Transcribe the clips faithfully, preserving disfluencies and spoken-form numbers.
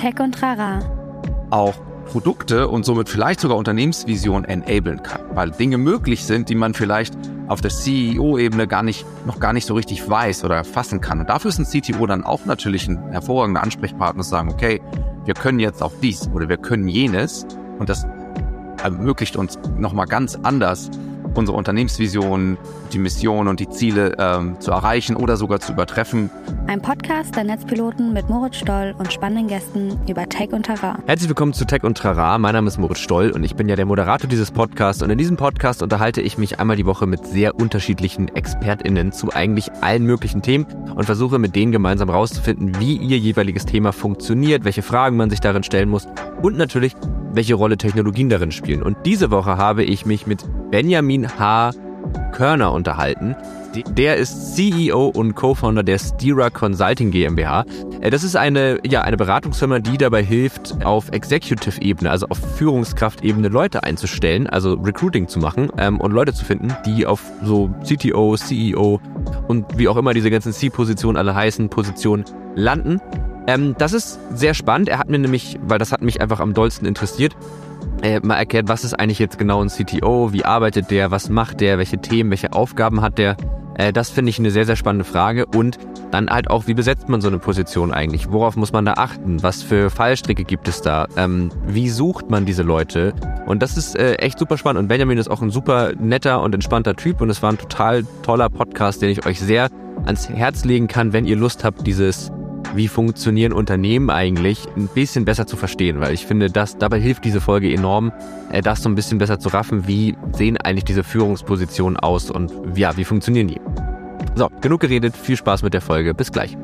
Tech und Trara auch Produkte und somit vielleicht sogar Unternehmensvision enablen kann, weil Dinge möglich sind, die man vielleicht auf der C E O-Ebene gar nicht, noch gar nicht so richtig weiß oder erfassen kann. Und dafür ist ein C T O dann auch natürlich ein hervorragender Ansprechpartner, zu sagen, okay, wir können jetzt auch dies oder wir können jenes, und das ermöglicht uns nochmal ganz anders, unsere Unternehmensvision, die Mission und die Ziele ähm, zu erreichen oder sogar zu übertreffen. Ein Podcast der Netzpiloten mit Moritz Stoll und spannenden Gästen über Tech und Trara. Herzlich willkommen zu Tech und Trara. Mein Name ist Moritz Stoll und ich bin ja der Moderator dieses Podcasts. Und in diesem Podcast unterhalte ich mich einmal die Woche mit sehr unterschiedlichen ExpertInnen zu eigentlich allen möglichen Themen und versuche mit denen gemeinsam rauszufinden, wie ihr jeweiliges Thema funktioniert, welche Fragen man sich darin stellen muss und natürlich, welche Rolle Technologien darin spielen. Und diese Woche habe ich mich mit Benjamin H. Körner unterhalten. Der ist C E O und Co-Founder der Steera Consulting GmbH. Das ist eine, ja, eine Beratungsfirma, die dabei hilft, auf Executive-Ebene, also auf Führungskraftebene Leute einzustellen, also Recruiting zu machen ähm, und Leute zu finden, die auf so C T O, C E O und wie auch immer diese ganzen C-Positionen alle heißen, Positionen landen. Ähm, das ist sehr spannend. Er hat mir nämlich, weil das hat mich einfach am dollsten interessiert, äh, mal erklärt, was ist eigentlich jetzt genau ein C T O, wie arbeitet der, was macht der, welche Themen, welche Aufgaben hat der. Äh, das finde ich eine sehr, sehr spannende Frage. Und dann halt auch, wie besetzt man so eine Position eigentlich? Worauf muss man da achten? Was für Fallstricke gibt es da? Ähm, wie sucht man diese Leute? Und das ist äh, echt super spannend. Und Benjamin ist auch ein super netter und entspannter Typ. Und es war ein total toller Podcast, den ich euch sehr ans Herz legen kann, wenn ihr Lust habt, dieses wie funktionieren Unternehmen eigentlich, ein bisschen besser zu verstehen, weil ich finde, dass dabei hilft diese Folge enorm, das so ein bisschen besser zu raffen, wie sehen eigentlich diese Führungspositionen aus und ja, wie funktionieren die. So, genug geredet, viel Spaß mit der Folge, bis gleich.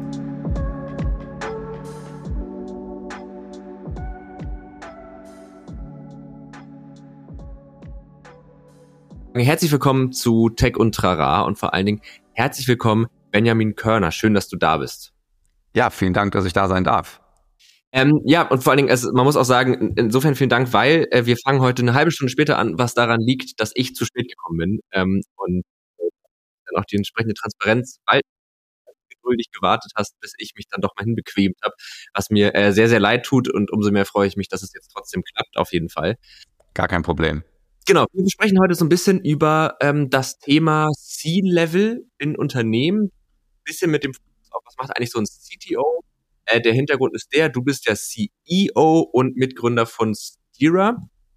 Herzlich willkommen zu Tech und Trara und vor allen Dingen herzlich willkommen Benjamin Körner, schön, dass du da bist. Ja, vielen Dank, dass ich da sein darf. Ähm, ja, und vor allen Dingen, also man muss auch sagen, insofern vielen Dank, weil äh, wir fangen heute eine halbe Stunde später an, was daran liegt, dass ich zu spät gekommen bin ähm, und äh, dann auch die entsprechende Transparenz, weil du geduldig gewartet hast, bis ich mich dann doch mal hinbequemt habe, was mir äh, sehr, sehr leid tut und umso mehr freue ich mich, dass es jetzt trotzdem klappt, auf jeden Fall. Gar kein Problem. Genau, wir sprechen heute so ein bisschen über ähm, das Thema C-Level in Unternehmen, ein bisschen mit dem Fokus auf, was macht eigentlich so ein C T O? Äh, der Hintergrund ist der, du bist ja C E O und Mitgründer von Steera.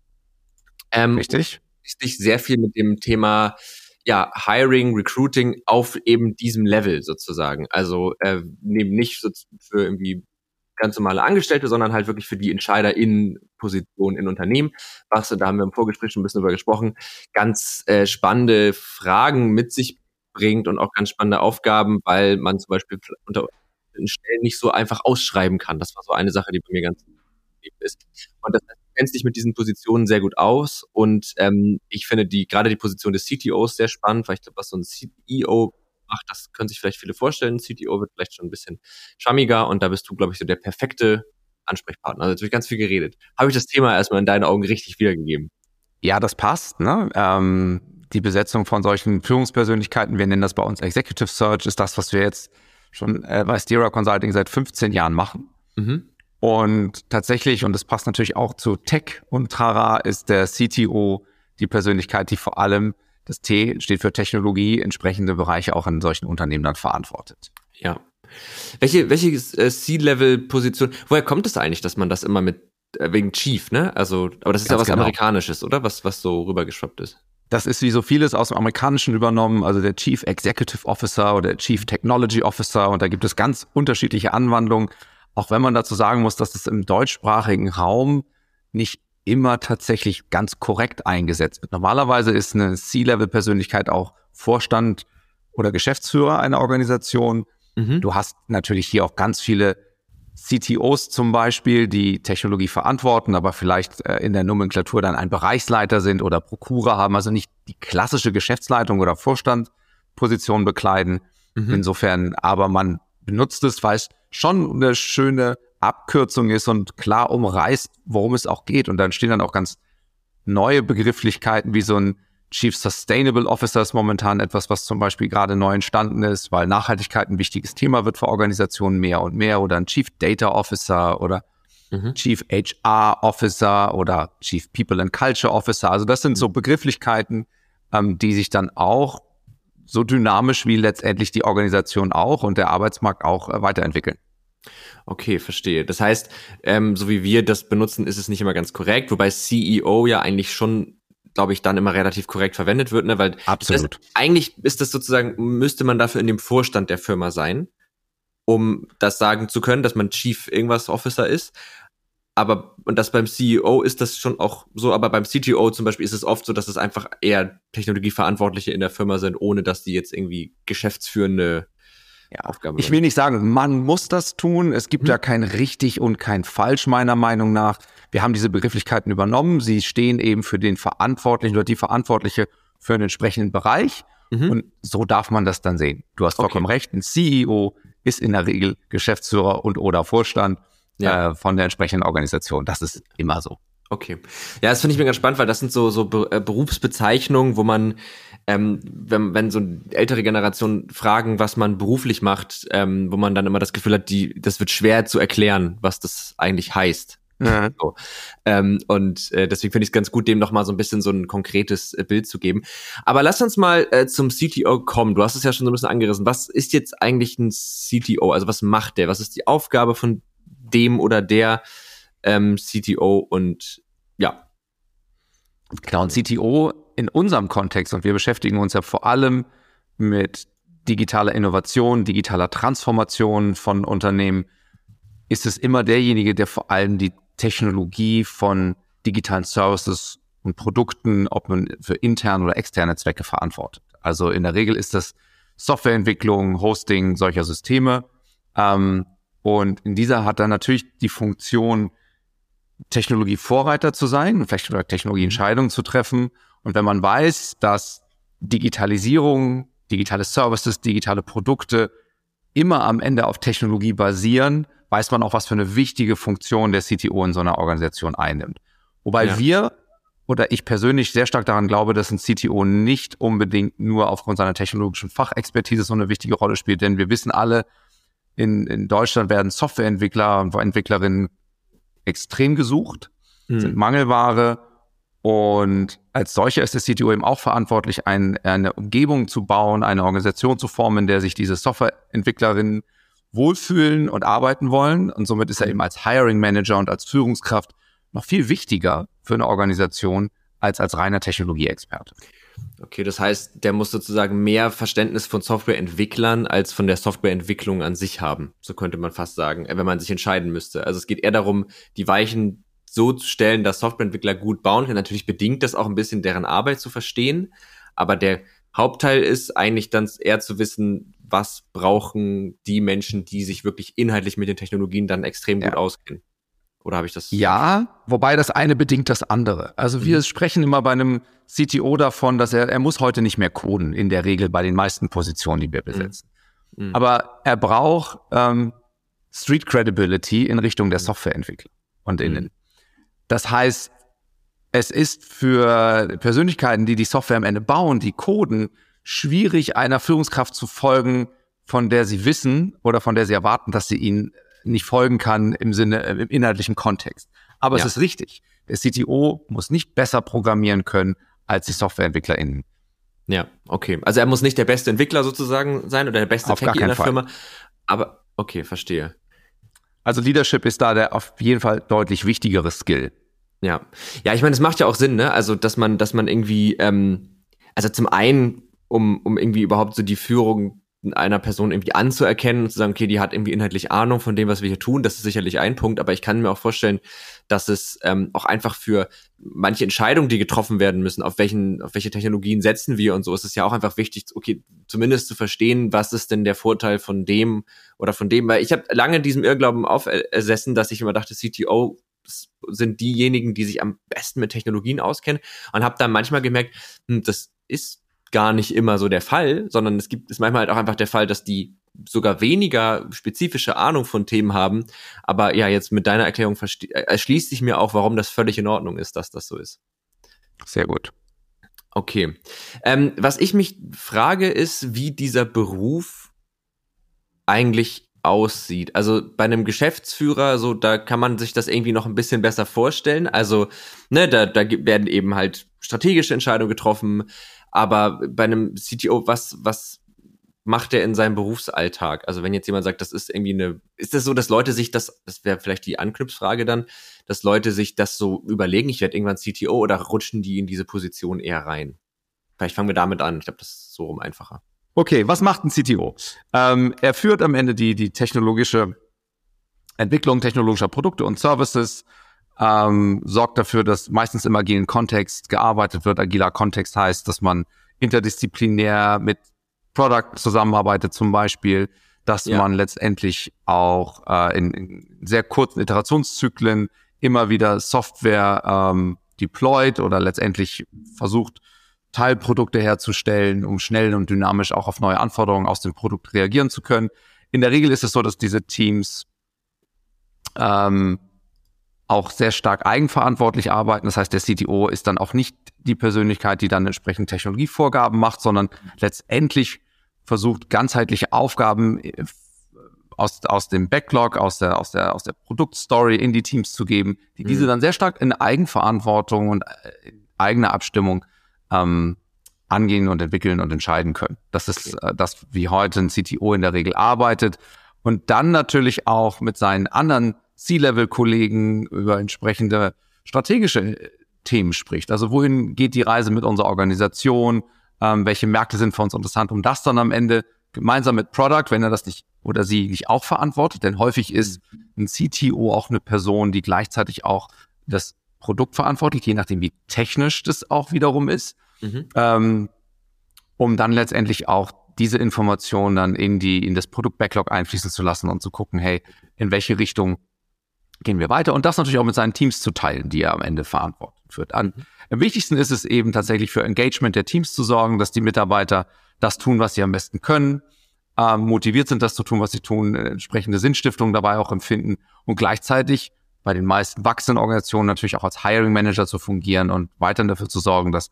Ähm, Richtig. Du dich sehr viel mit dem Thema ja, Hiring, Recruiting auf eben diesem Level sozusagen. Also äh, eben nicht so für irgendwie ganz normale Angestellte, sondern halt wirklich für die EntscheiderInnen-Position in Unternehmen. Was, da haben wir im Vorgespräch schon ein bisschen drüber gesprochen, ganz äh, spannende Fragen mit sich bringt und auch ganz spannende Aufgaben, weil man zum Beispiel unter Stellen nicht so einfach ausschreiben kann. Das war so eine Sache, die bei mir ganz wichtig ist. Und das heißt, du kennst dich mit diesen Positionen sehr gut aus und ähm, ich finde die gerade die Position des C T Os sehr spannend, weil ich glaube, was so ein C E O macht, das können sich vielleicht viele vorstellen. Ein C T O wird vielleicht schon ein bisschen schwammiger und da bist du, glaube ich, so der perfekte Ansprechpartner. Also jetzt habe ich ganz viel geredet. Habe ich das Thema erstmal in deinen Augen richtig wiedergegeben? Ja, das passt, ne? Ähm, die Besetzung von solchen Führungspersönlichkeiten, wir nennen das bei uns Executive Search, ist das, was wir jetzt schon äh, bei Steera Consulting seit fünfzehn Jahren machen. Mhm. Und tatsächlich, und das passt natürlich auch zu Tech und Trara, ist der C T O die Persönlichkeit, die vor allem, das T steht für Technologie, entsprechende Bereiche auch in solchen Unternehmen dann verantwortet. Ja. Welche, welche äh, C-Level-Position, woher kommt es eigentlich, dass man das immer mit, äh, wegen Chief, ne? Also, aber das ist Ganz ja was genau. Amerikanisches, oder? Was, was so rübergeschwappt ist. Das ist wie so vieles aus dem Amerikanischen übernommen, also der Chief Executive Officer oder der Chief Technology Officer, und da gibt es ganz unterschiedliche Anwandlungen, auch wenn man dazu sagen muss, dass es im deutschsprachigen Raum nicht immer tatsächlich ganz korrekt eingesetzt wird. Normalerweise ist eine C-Level-Persönlichkeit auch Vorstand oder Geschäftsführer einer Organisation. Mhm. Du hast natürlich hier auch ganz viele C T Os zum Beispiel, die Technologie verantworten, aber vielleicht äh, in der Nomenklatur dann ein Bereichsleiter sind oder Prokura haben, also nicht die klassische Geschäftsleitung oder Vorstandposition bekleiden. Mhm. Insofern, aber man benutzt es, weil es schon eine schöne Abkürzung ist und klar umreißt, worum es auch geht. Und dann stehen dann auch ganz neue Begrifflichkeiten wie so ein Chief Sustainable Officer ist momentan etwas, was zum Beispiel gerade neu entstanden ist, weil Nachhaltigkeit ein wichtiges Thema wird für Organisationen mehr und mehr, oder ein Chief Data Officer oder mhm. Chief H R Officer oder Chief People and Culture Officer. Also das sind so Begrifflichkeiten, ähm, die sich dann auch so dynamisch wie letztendlich die Organisation auch und der Arbeitsmarkt auch äh, weiterentwickeln. Okay, verstehe. Das heißt, ähm, so wie wir das benutzen, ist es nicht immer ganz korrekt, wobei C E O ja eigentlich schon, glaube ich, dann immer relativ korrekt verwendet wird, ne? Weil absolut. Das, eigentlich ist das sozusagen, müsste man dafür in dem Vorstand der Firma sein, um das sagen zu können, dass man Chief irgendwas Officer ist. Aber, und das beim C E O ist das schon auch so, aber beim C T O zum Beispiel ist es oft so, dass es einfach eher Technologieverantwortliche in der Firma sind, ohne dass die jetzt irgendwie geschäftsführende ja, Aufgaben Ich will nicht sagen, man muss das tun. Es gibt hm. da kein richtig und kein falsch, meiner Meinung nach. Wir haben diese Begrifflichkeiten übernommen. Sie stehen eben für den Verantwortlichen oder die Verantwortliche für einen entsprechenden Bereich. Mhm. Und so darf man das dann sehen. Du hast vollkommen okay. recht. Ein C E O ist in der Regel Geschäftsführer und oder Vorstand. Ja. Äh, von der entsprechenden Organisation. Das ist immer so. Okay. Ja, das finde ich mir ganz spannend, weil das sind so so Be- äh, Berufsbezeichnungen, wo man, ähm, wenn, wenn so ältere Generationen fragen, was man beruflich macht, ähm, wo man dann immer das Gefühl hat, die, das wird schwer zu erklären, was das eigentlich heißt. Ja. So. Ähm, und äh, deswegen finde ich es ganz gut, dem noch mal so ein bisschen so ein konkretes äh, Bild zu geben. Aber lass uns mal äh, zum C T O kommen. Du hast es ja schon so ein bisschen angerissen. Was ist jetzt eigentlich ein C T O? Also was macht der? Was ist die Aufgabe von dem oder der ähm, C T O und ja. Genau, ein C T O in unserem Kontext, und wir beschäftigen uns ja vor allem mit digitaler Innovation, digitaler Transformation von Unternehmen, ist es immer derjenige, der vor allem die Technologie von digitalen Services und Produkten, ob man für interne oder externe Zwecke verantwortet. Also in der Regel ist das Softwareentwicklung, Hosting solcher Systeme, ähm, und in dieser hat er natürlich die Funktion, Technologievorreiter zu sein, vielleicht oder Technologieentscheidungen zu treffen. Und wenn man weiß, dass Digitalisierung, digitale Services, digitale Produkte immer am Ende auf Technologie basieren, weiß man auch, was für eine wichtige Funktion der C T O in so einer Organisation einnimmt. Wobei ja. wir oder ich persönlich sehr stark daran glaube, dass ein C T O nicht unbedingt nur aufgrund seiner technologischen Fachexpertise so eine wichtige Rolle spielt, denn wir wissen alle, In, in Deutschland werden Softwareentwickler und Entwicklerinnen extrem gesucht, mhm. sind Mangelware, und als solcher ist der C T O eben auch verantwortlich, ein, eine Umgebung zu bauen, eine Organisation zu formen, in der sich diese Softwareentwicklerinnen wohlfühlen und arbeiten wollen, und somit ist er eben als Hiring Manager und als Führungskraft noch viel wichtiger für eine Organisation als als reiner Technologieexperte. Okay, das heißt, der muss sozusagen mehr Verständnis von Softwareentwicklern als von der Softwareentwicklung an sich haben. So könnte man fast sagen, wenn man sich entscheiden müsste. Also es geht eher darum, die Weichen so zu stellen, dass Softwareentwickler gut bauen können. Natürlich bedingt das auch ein bisschen deren Arbeit zu verstehen, aber der Hauptteil ist eigentlich dann eher zu wissen, was brauchen die Menschen, die sich wirklich inhaltlich mit den Technologien dann extrem ja. gut auskennen. Oder habe ich das? Ja, wobei das eine bedingt das andere. Also mhm. wir sprechen immer bei einem C T O davon, dass er, er muss heute nicht mehr coden, in der Regel bei den meisten Positionen, die wir besetzen. Mhm. Mhm. Aber er braucht ähm, Street Credibility in Richtung der Softwareentwickler und innen. Mhm. Das heißt, es ist für Persönlichkeiten, die die Software am Ende bauen, die coden, schwierig, einer Führungskraft zu folgen, von der sie wissen oder von der sie erwarten, dass sie ihnen nicht folgen kann im Sinne, im inhaltlichen Kontext. Aber ja. es ist richtig. Der C T O muss nicht besser programmieren können als die SoftwareentwicklerInnen. Ja, okay. Also er muss nicht der beste Entwickler sozusagen sein oder der beste Techie in der Fall. Firma. Aber okay, verstehe. Also Leadership ist da der auf jeden Fall deutlich wichtigere Skill. Ja. Ja, ich meine, es macht ja auch Sinn, ne? Also, dass man, dass man irgendwie, ähm, also zum einen, um, um irgendwie überhaupt so die Führung einer Person irgendwie anzuerkennen und zu sagen, okay, die hat irgendwie inhaltlich Ahnung von dem, was wir hier tun, das ist sicherlich ein Punkt, aber ich kann mir auch vorstellen, dass es ähm, auch einfach für manche Entscheidungen, die getroffen werden müssen, auf welchen, auf welche Technologien setzen wir und so, ist es ja auch einfach wichtig, okay, zumindest zu verstehen, was ist denn der Vorteil von dem oder von dem, weil ich habe lange diesem Irrglauben aufgesessen, dass ich immer dachte, C T O sind diejenigen, die sich am besten mit Technologien auskennen, und habe dann manchmal gemerkt, hm, das ist gar nicht immer so der Fall, sondern es gibt, ist manchmal halt auch einfach der Fall, dass die sogar weniger spezifische Ahnung von Themen haben. Aber ja, jetzt mit deiner Erklärung verste- erschließt sich mir auch, warum das völlig in Ordnung ist, dass das so ist. Sehr gut. Okay. Ähm, was ich mich frage, ist, wie dieser Beruf eigentlich aussieht. Also bei einem Geschäftsführer, so da kann man sich das irgendwie noch ein bisschen besser vorstellen. Also ne, da, da werden eben halt strategische Entscheidungen getroffen. Aber bei einem C T O, was was macht er in seinem Berufsalltag? Also wenn jetzt jemand sagt, das ist irgendwie eine, ist das so, dass Leute sich das, das wäre vielleicht die Anknüpfsfrage dann, dass Leute sich das so überlegen, ich werde irgendwann C T O, oder rutschen die in diese Position eher rein? Vielleicht fangen wir damit an. Ich glaube, das ist so rum einfacher. Okay, was macht ein C T O? Ähm, er führt am Ende die, die technologische Entwicklung technologischer Produkte und Services, ähm, sorgt dafür, dass meistens im agilen Kontext gearbeitet wird. Agiler Kontext heißt, dass man interdisziplinär mit Product zusammenarbeitet zum Beispiel, dass ja. man letztendlich auch äh, in, in sehr kurzen Iterationszyklen immer wieder Software ähm, deployt oder letztendlich versucht, Teilprodukte herzustellen, um schnell und dynamisch auch auf neue Anforderungen aus dem Produkt reagieren zu können. In der Regel ist es so, dass diese Teams ähm, auch sehr stark eigenverantwortlich arbeiten. Das heißt, der C T O ist dann auch nicht die Persönlichkeit, die dann entsprechend Technologievorgaben macht, sondern letztendlich versucht, ganzheitliche Aufgaben aus, aus dem Backlog, aus der, aus der, aus der Produktstory in die Teams zu geben, die mhm. diese dann sehr stark in Eigenverantwortung und in eigener Abstimmung ähm, angehen und entwickeln und entscheiden können. Das ist okay. äh, das, wie heute ein C T O in der Regel arbeitet. Und dann natürlich auch mit seinen anderen C-Level-Kollegen über entsprechende strategische Themen spricht. Also wohin geht die Reise mit unserer Organisation? Ähm, welche Märkte sind für uns interessant? Um das dann am Ende gemeinsam mit Product, wenn er das nicht oder sie nicht auch verantwortet, denn häufig ist ein C T O auch eine Person, die gleichzeitig auch das Produkt verantwortlich, je nachdem, wie technisch das auch wiederum ist, mhm. ähm, um dann letztendlich auch diese Informationen dann in die in das Produkt-Backlog einfließen zu lassen und zu gucken, hey, in welche Richtung gehen wir weiter? Und das natürlich auch mit seinen Teams zu teilen, die er am Ende verantwortet wird. An, mhm. Am wichtigsten ist es eben tatsächlich für Engagement der Teams zu sorgen, dass die Mitarbeiter das tun, was sie am besten können, ähm, motiviert sind, das zu tun, was sie tun, entsprechende Sinnstiftung dabei auch empfinden und gleichzeitig bei den meisten wachsenden Organisationen natürlich auch als Hiring Manager zu fungieren und weiterhin dafür zu sorgen, dass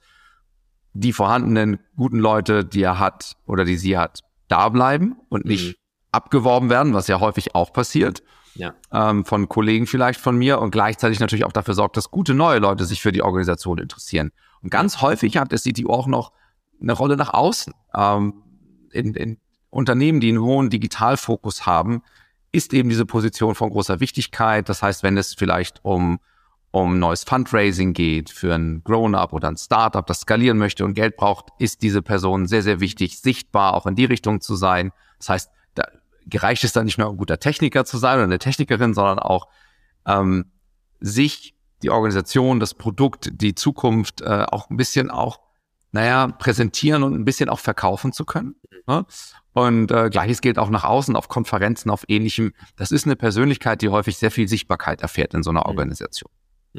die vorhandenen guten Leute, die er hat oder die sie hat, da bleiben und nicht mhm. abgeworben werden, was ja häufig auch passiert, ja. ähm, von Kollegen vielleicht von mir, und gleichzeitig natürlich auch dafür sorgt, dass gute neue Leute sich für die Organisation interessieren. Und ganz häufig hat der C T O auch noch eine Rolle nach außen. Ähm, in, in Unternehmen, die einen hohen Digitalfokus haben, ist eben diese Position von großer Wichtigkeit. Das heißt, wenn es vielleicht um um neues Fundraising geht für ein Grown-up oder ein Startup, das skalieren möchte und Geld braucht, ist diese Person sehr, sehr wichtig, sichtbar auch in die Richtung zu sein. Das heißt, da reicht es dann nicht nur ein guter Techniker zu sein oder eine Technikerin, sondern auch ähm, sich, die Organisation, das Produkt, die Zukunft äh, auch ein bisschen auch, naja, präsentieren und ein bisschen auch verkaufen zu können. Ne? Und äh, Gleiches gilt auch nach außen, auf Konferenzen, auf Ähnlichem. Das ist eine Persönlichkeit, die häufig sehr viel Sichtbarkeit erfährt in so einer Organisation.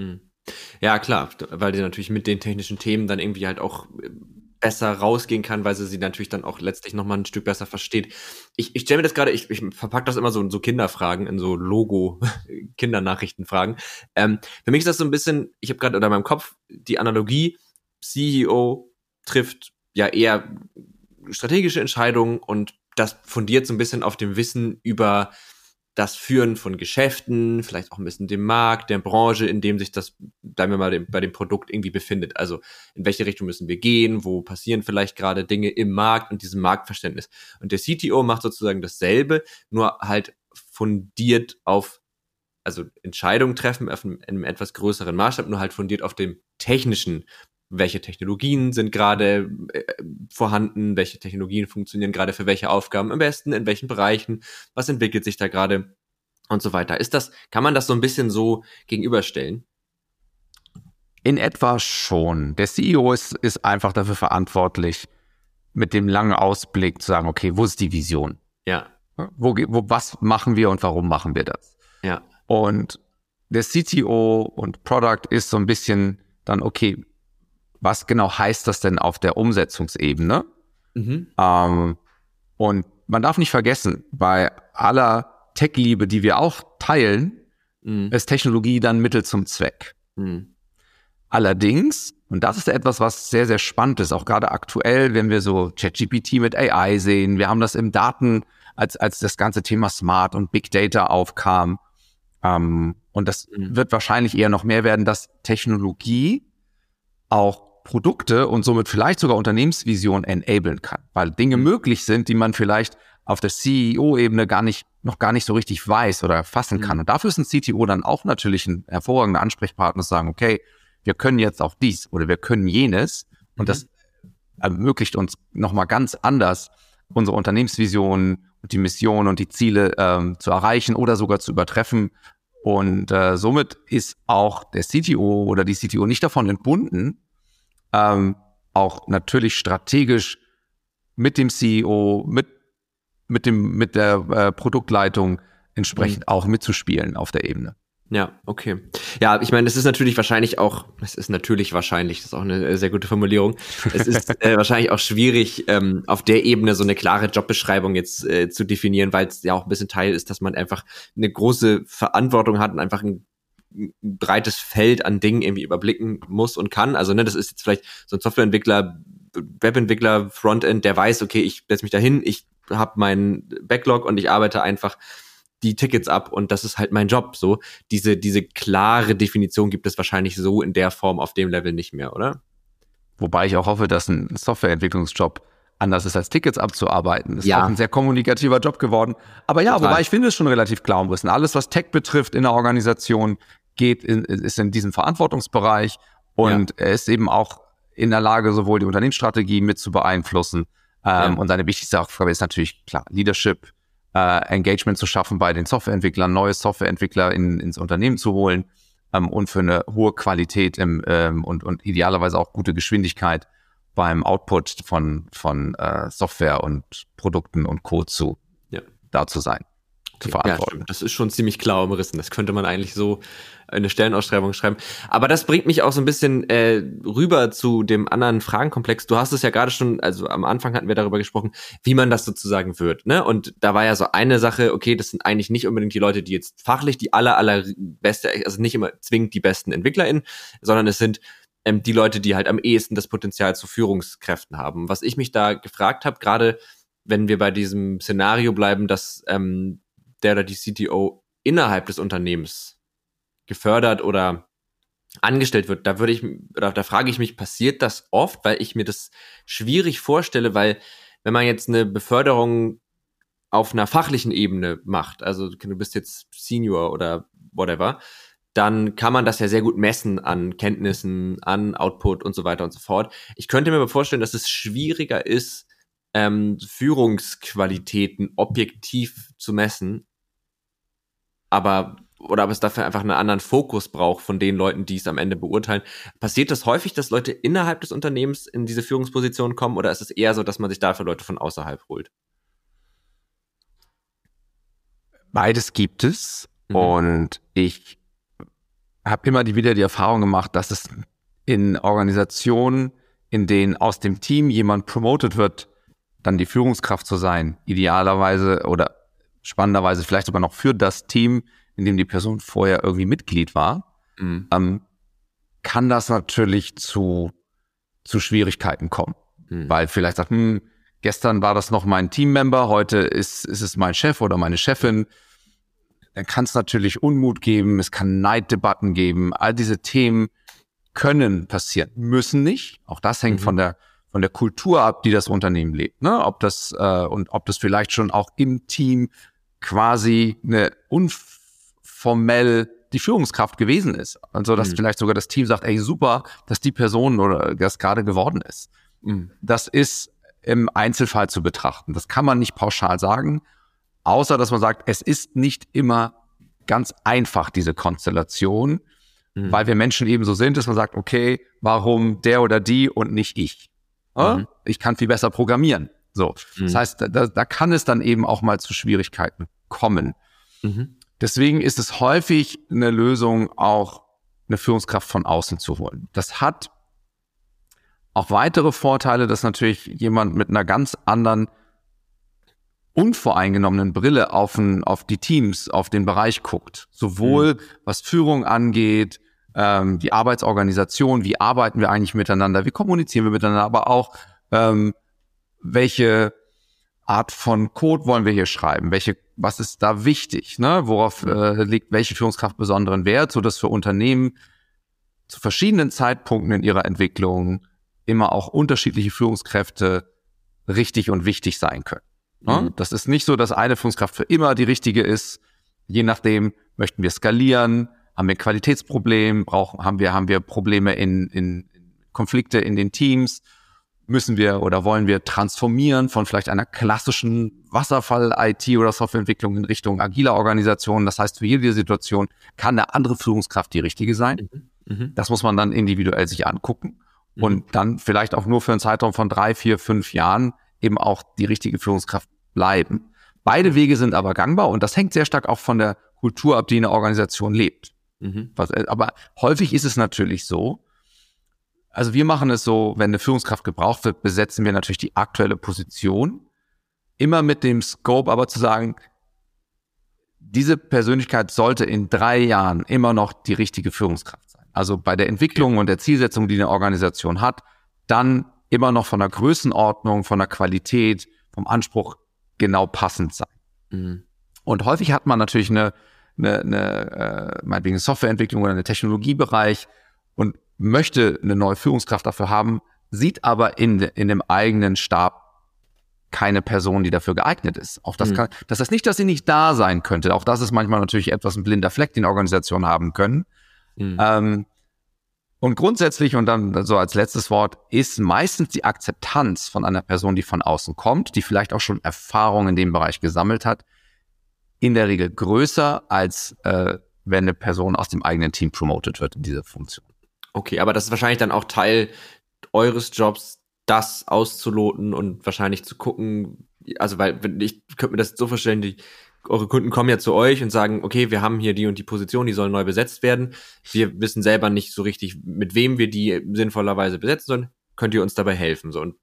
Ja, klar, weil die natürlich mit den technischen Themen dann irgendwie halt auch besser rausgehen kann, weil sie sie natürlich dann auch letztlich nochmal ein Stück besser versteht. Ich, ich stelle mir das gerade, ich, ich verpacke das immer so in so Kinderfragen, in so Logo-Kindernachrichtenfragen. Ähm, für mich ist das so ein bisschen, ich habe gerade unter meinem Kopf die Analogie, C E O trifft ja eher strategische Entscheidungen und das fundiert so ein bisschen auf dem Wissen über das Führen von Geschäften, vielleicht auch ein bisschen dem Markt, der Branche, in dem sich das, bleiben wir mal bei dem Produkt irgendwie befindet. Also in welche Richtung müssen wir gehen, wo passieren vielleicht gerade Dinge im Markt und diesem Marktverständnis. Und der C T O macht sozusagen dasselbe, nur halt fundiert auf, also Entscheidungen treffen auf einem, einem etwas größeren Maßstab, nur halt fundiert auf dem technischen. Welche Technologien sind gerade äh, vorhanden, welche Technologien funktionieren gerade für welche Aufgaben am besten, in welchen Bereichen, was entwickelt sich da gerade und so weiter. Ist das, kann man das so ein bisschen so gegenüberstellen? In etwa schon. Der C E O ist, ist einfach dafür verantwortlich, mit dem langen Ausblick zu sagen, okay, wo ist die Vision? Ja. Wo, wo, was machen wir und warum machen wir das? Ja. Und der C T O und Product ist so ein bisschen dann, okay, was genau heißt das denn auf der Umsetzungsebene? Mhm. Ähm, und man darf nicht vergessen, bei aller Tech-Liebe, die wir auch teilen, mhm. ist Technologie dann Mittel zum Zweck. Mhm. Allerdings, und das ist etwas, was sehr, sehr spannend ist, auch gerade aktuell, wenn wir so ChatGPT mit A I sehen, wir haben das im Daten, als als das ganze Thema Smart und Big Data aufkam. Ähm, und das mhm. wird wahrscheinlich eher noch mehr werden, dass Technologie auch Produkte und somit vielleicht sogar Unternehmensvision enablen kann, weil Dinge mhm. möglich sind, die man vielleicht auf der C E O-Ebene gar nicht, noch gar nicht so richtig weiß oder erfassen kann. Mhm. Und dafür ist ein C T O dann auch natürlich ein hervorragender Ansprechpartner, zu sagen, okay, wir können jetzt auch dies oder wir können jenes. Und mhm. das ermöglicht uns nochmal ganz anders, unsere Unternehmensvision und die Mission und die Ziele ähm, zu erreichen oder sogar zu übertreffen. Und äh, somit ist auch der C T O oder die C T O nicht davon entbunden, ähm, auch natürlich strategisch mit dem C E O, mit mit dem mit der äh, Produktleitung entsprechend mhm. auch mitzuspielen auf der Ebene. Ja, okay. Ja, ich meine, es ist natürlich wahrscheinlich auch, es ist natürlich wahrscheinlich, das ist auch eine sehr gute Formulierung, es ist äh, wahrscheinlich auch schwierig, ähm, auf der Ebene so eine klare Jobbeschreibung jetzt äh, zu definieren, weil es ja auch ein bisschen Teil ist, dass man einfach eine große Verantwortung hat und einfach ein, ein breites Feld an Dingen irgendwie überblicken muss und kann. Also ne, das ist jetzt vielleicht so ein Softwareentwickler, Webentwickler, Frontend, der weiß, okay, ich setze mich dahin, ich habe meinen Backlog und ich arbeite einfach die Tickets ab und das ist halt mein Job. So diese diese klare Definition gibt es wahrscheinlich so in der Form auf dem Level nicht mehr, oder? Wobei ich auch hoffe, dass ein Softwareentwicklungsjob anders ist als Tickets abzuarbeiten. Das ja. ist auch ein sehr kommunikativer Job geworden. Aber ja, Total. Wobei ich finde es schon relativ klar umrissen. Alles, was Tech betrifft in der Organisation, geht in, ist in diesem Verantwortungsbereich und ja. er ist eben auch in der Lage, sowohl die Unternehmensstrategie mit zu beeinflussen. Ähm, ja. Und seine wichtigste Aufgabe ist natürlich, klar, Leadership, äh, Engagement zu schaffen bei den Softwareentwicklern, neue Softwareentwickler in, ins Unternehmen zu holen ähm, und für eine hohe Qualität im, ähm, und, und idealerweise auch gute Geschwindigkeit beim Output von, von äh, Software und Produkten und Code zu, ja. da zu sein. Zu verantworten. Ja, das ist schon ziemlich klar umrissen. Das könnte man eigentlich so in eine Stellenausschreibung schreiben. Aber das bringt mich auch so ein bisschen äh, rüber zu dem anderen Fragenkomplex. Du hast es ja gerade schon, also am Anfang hatten wir darüber gesprochen, wie man das sozusagen wird, ne? Und da war ja so eine Sache, okay, das sind eigentlich nicht unbedingt die Leute, die jetzt fachlich die aller, aller beste, also nicht immer zwingend die besten EntwicklerInnen, sondern es sind ähm, die Leute, die halt am ehesten das Potenzial zu Führungskräften haben. Was ich mich da gefragt habe, gerade wenn wir bei diesem Szenario bleiben, dass ähm, der oder die C T O innerhalb des Unternehmens gefördert oder angestellt wird, da würde ich, oder da frage ich mich, passiert das oft, weil ich mir das schwierig vorstelle, weil wenn man jetzt eine Beförderung auf einer fachlichen Ebene macht, also du bist jetzt Senior oder whatever, dann kann man das ja sehr gut messen an Kenntnissen, an Output und so weiter und so fort. Ich könnte mir aber vorstellen, dass es schwieriger ist, ähm, Führungsqualitäten objektiv zu messen, aber oder ob es dafür einfach einen anderen Fokus braucht von den Leuten, die es am Ende beurteilen. Passiert das häufig, dass Leute innerhalb des Unternehmens in diese Führungsposition kommen, oder ist es eher so, dass man sich dafür Leute von außerhalb holt? Beides gibt es mhm. und ich habe immer die, wieder die Erfahrung gemacht, dass es in Organisationen, in denen aus dem Team jemand promoted wird, dann die Führungskraft zu sein, idealerweise oder spannenderweise vielleicht sogar noch für das Team, in dem die Person vorher irgendwie Mitglied war, mhm. ähm, kann das natürlich zu, zu Schwierigkeiten kommen. Mhm. Weil vielleicht sagt, hm, gestern war das noch mein Teammember, heute ist, ist es mein Chef oder meine Chefin. Dann kann es natürlich Unmut geben, es kann Neiddebatten geben. All diese Themen können passieren, müssen nicht. Auch das hängt mhm. von der von der Kultur ab, die das Unternehmen lebt. Ne? Ob das äh, und ob das vielleicht schon auch im Team quasi eine unformell die Führungskraft gewesen ist. Also dass mhm. vielleicht sogar das Team sagt, ey super, dass die Person oder das gerade geworden ist. Mhm. Das ist im Einzelfall zu betrachten. Das kann man nicht pauschal sagen, außer dass man sagt, es ist nicht immer ganz einfach, diese Konstellation, mhm. weil wir Menschen eben so sind, dass man sagt, okay, warum der oder die und nicht ich? Mhm. Ich kann viel besser programmieren. So, mhm. das heißt, da, da kann es dann eben auch mal zu Schwierigkeiten kommen. Mhm. Deswegen ist es häufig eine Lösung, auch eine Führungskraft von außen zu holen. Das hat auch weitere Vorteile, dass natürlich jemand mit einer ganz anderen unvoreingenommenen Brille auf, ein, auf die Teams, auf den Bereich guckt. Sowohl mhm. was Führung angeht, ähm, die Arbeitsorganisation, wie arbeiten wir eigentlich miteinander, wie kommunizieren wir miteinander, aber auch ähm, welche Art von Code wollen wir hier schreiben? Welche, was ist da wichtig? Ne? Worauf äh, liegt welche Führungskraft besonderen Wert, sodass für Unternehmen zu verschiedenen Zeitpunkten in ihrer Entwicklung immer auch unterschiedliche Führungskräfte richtig und wichtig sein können. Ne? Mhm. Das ist nicht so, dass eine Führungskraft für immer die richtige ist. Je nachdem möchten wir skalieren, haben wir ein Qualitätsproblem, brauchen, haben wir, haben wir Probleme in, in, in Konflikte in den Teams. Müssen wir oder wollen wir transformieren von vielleicht einer klassischen Wasserfall-I T oder Softwareentwicklung in Richtung agiler Organisation. Das heißt, für jede Situation kann eine andere Führungskraft die richtige sein. Mhm. Mhm. Das muss man dann individuell sich angucken mhm. und dann vielleicht auch nur für einen Zeitraum von drei, vier, fünf Jahren eben auch die richtige Führungskraft bleiben. Beide Wege sind aber gangbar und das hängt sehr stark auch von der Kultur ab, die eine Organisation lebt. Mhm. Was, aber häufig ist es natürlich so, also wir machen es so, wenn eine Führungskraft gebraucht wird, besetzen wir natürlich die aktuelle Position. Immer mit dem Scope aber zu sagen, diese Persönlichkeit sollte in drei Jahren immer noch die richtige Führungskraft sein. Also bei der Entwicklung okay. und der Zielsetzung, die eine Organisation hat, dann immer noch von der Größenordnung, von der Qualität, vom Anspruch genau passend sein. Mhm. Und häufig hat man natürlich eine, eine, eine äh, meinetwegen eine Softwareentwicklung oder eine Technologiebereich und möchte eine neue Führungskraft dafür haben, sieht aber in, in dem eigenen Stab keine Person, die dafür geeignet ist. Auch das mhm. kann, das heißt nicht, dass sie nicht da sein könnte. Auch das ist manchmal natürlich etwas ein blinder Fleck, den Organisationen haben können. Mhm. Ähm, und grundsätzlich, und dann so als letztes Wort, ist meistens die Akzeptanz von einer Person, die von außen kommt, die vielleicht auch schon Erfahrung in dem Bereich gesammelt hat, in der Regel größer, als äh, wenn eine Person aus dem eigenen Team promoted wird in diese Funktion. Okay, aber das ist wahrscheinlich dann auch Teil eures Jobs, das auszuloten und wahrscheinlich zu gucken, also weil ich könnte mir das so vorstellen, die eure Kunden kommen ja zu euch und sagen, okay, wir haben hier die und die Position, die soll neu besetzt werden. Wir wissen selber nicht so richtig, mit wem wir die sinnvollerweise besetzen sollen. Könnt ihr uns dabei helfen? So, und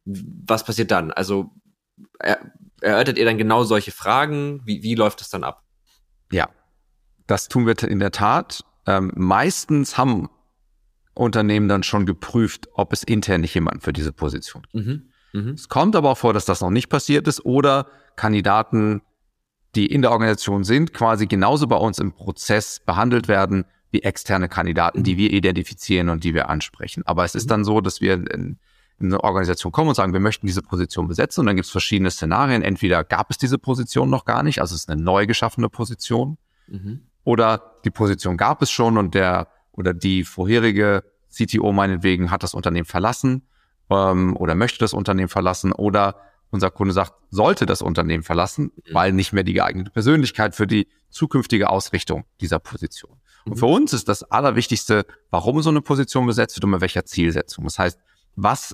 was passiert dann? Also er, erörtert ihr dann genau solche Fragen? Wie, wie läuft das dann ab? Ja, das tun wir in der Tat. Ähm, meistens haben Unternehmen dann schon geprüft, ob es intern nicht jemanden für diese Position gibt. Mhm. Mhm. Es kommt aber auch vor, dass das noch nicht passiert ist oder Kandidaten, die in der Organisation sind, quasi genauso bei uns im Prozess behandelt werden wie externe Kandidaten, mhm. die wir identifizieren und die wir ansprechen. Aber es mhm. ist dann so, dass wir in, in eine Organisation kommen und sagen, wir möchten diese Position besetzen und dann gibt es verschiedene Szenarien. Entweder gab es diese Position noch gar nicht, also es ist eine neu geschaffene Position, mhm. oder die Position gab es schon und der oder die vorherige C T O meinetwegen hat das Unternehmen verlassen ähm, oder möchte das Unternehmen verlassen oder unser Kunde sagt, sollte das Unternehmen verlassen, mhm. weil nicht mehr die geeignete Persönlichkeit für die zukünftige Ausrichtung dieser Position. Mhm. Und für uns ist das Allerwichtigste, warum so eine Position besetzt wird und mit welcher Zielsetzung. Das heißt, was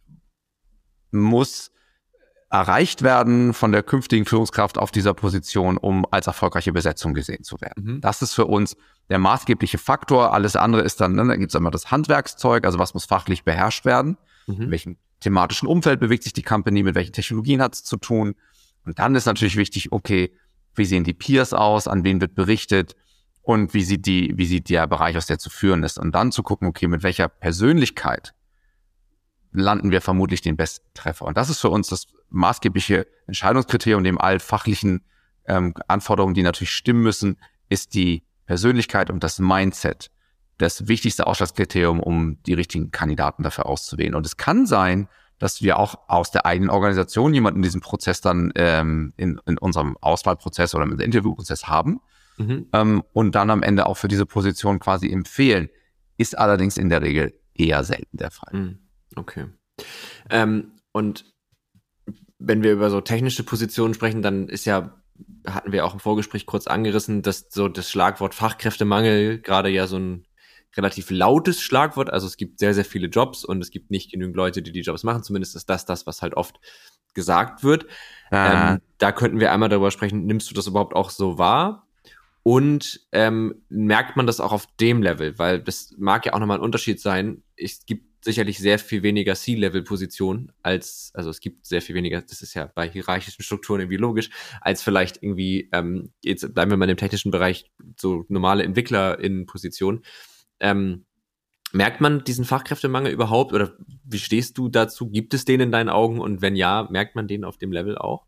muss erreicht werden von der künftigen Führungskraft auf dieser Position, um als erfolgreiche Besetzung gesehen zu werden. Mhm. Das ist für uns der maßgebliche Faktor. Alles andere ist dann, ne, da gibt es immer das Handwerkszeug, also was muss fachlich beherrscht werden, mhm. in welchem thematischen Umfeld bewegt sich die Company, mit welchen Technologien hat es zu tun. Und dann ist natürlich wichtig, okay, wie sehen die Peers aus, an wen wird berichtet und wie sieht die, wie sieht der Bereich aus, der zu führen ist. Und dann zu gucken, okay, mit welcher Persönlichkeit landen wir vermutlich den besten Treffer. Und das ist für uns das maßgebliche Entscheidungskriterium, neben all fachlichen ähm, Anforderungen, die natürlich stimmen müssen, ist die Persönlichkeit und das Mindset das wichtigste Ausschlusskriterium, um die richtigen Kandidaten dafür auszuwählen. Und es kann sein, dass wir auch aus der eigenen Organisation jemanden in diesem Prozess dann ähm, in, in unserem Auswahlprozess oder im Interviewprozess haben mhm. ähm, und dann am Ende auch für diese Position quasi empfehlen. Ist allerdings in der Regel eher selten der Fall. Mhm. Okay. Ähm, und wenn wir über so technische Positionen sprechen, dann ist ja, hatten wir auch im Vorgespräch kurz angerissen, dass so das Schlagwort Fachkräftemangel gerade ja so ein relativ lautes Schlagwort, also es gibt sehr, sehr viele Jobs und es gibt nicht genügend Leute, die die Jobs machen, zumindest ist das das, was halt oft gesagt wird. Ah. Ähm, da könnten wir einmal darüber sprechen, nimmst du das überhaupt auch so wahr? Und ähm, merkt man das auch auf dem Level? Weil das mag ja auch nochmal ein Unterschied sein. Es gibt sicherlich sehr viel weniger C-Level-Positionen als, also es gibt sehr viel weniger, das ist ja bei hierarchischen Strukturen irgendwie logisch, als vielleicht irgendwie, ähm, jetzt bleiben wir mal im technischen Bereich, so normale EntwicklerInnen-Positionen. Ähm, Merkt man diesen Fachkräftemangel überhaupt oder wie stehst du dazu? Gibt es den in deinen Augen und wenn ja, merkt man den auf dem Level auch?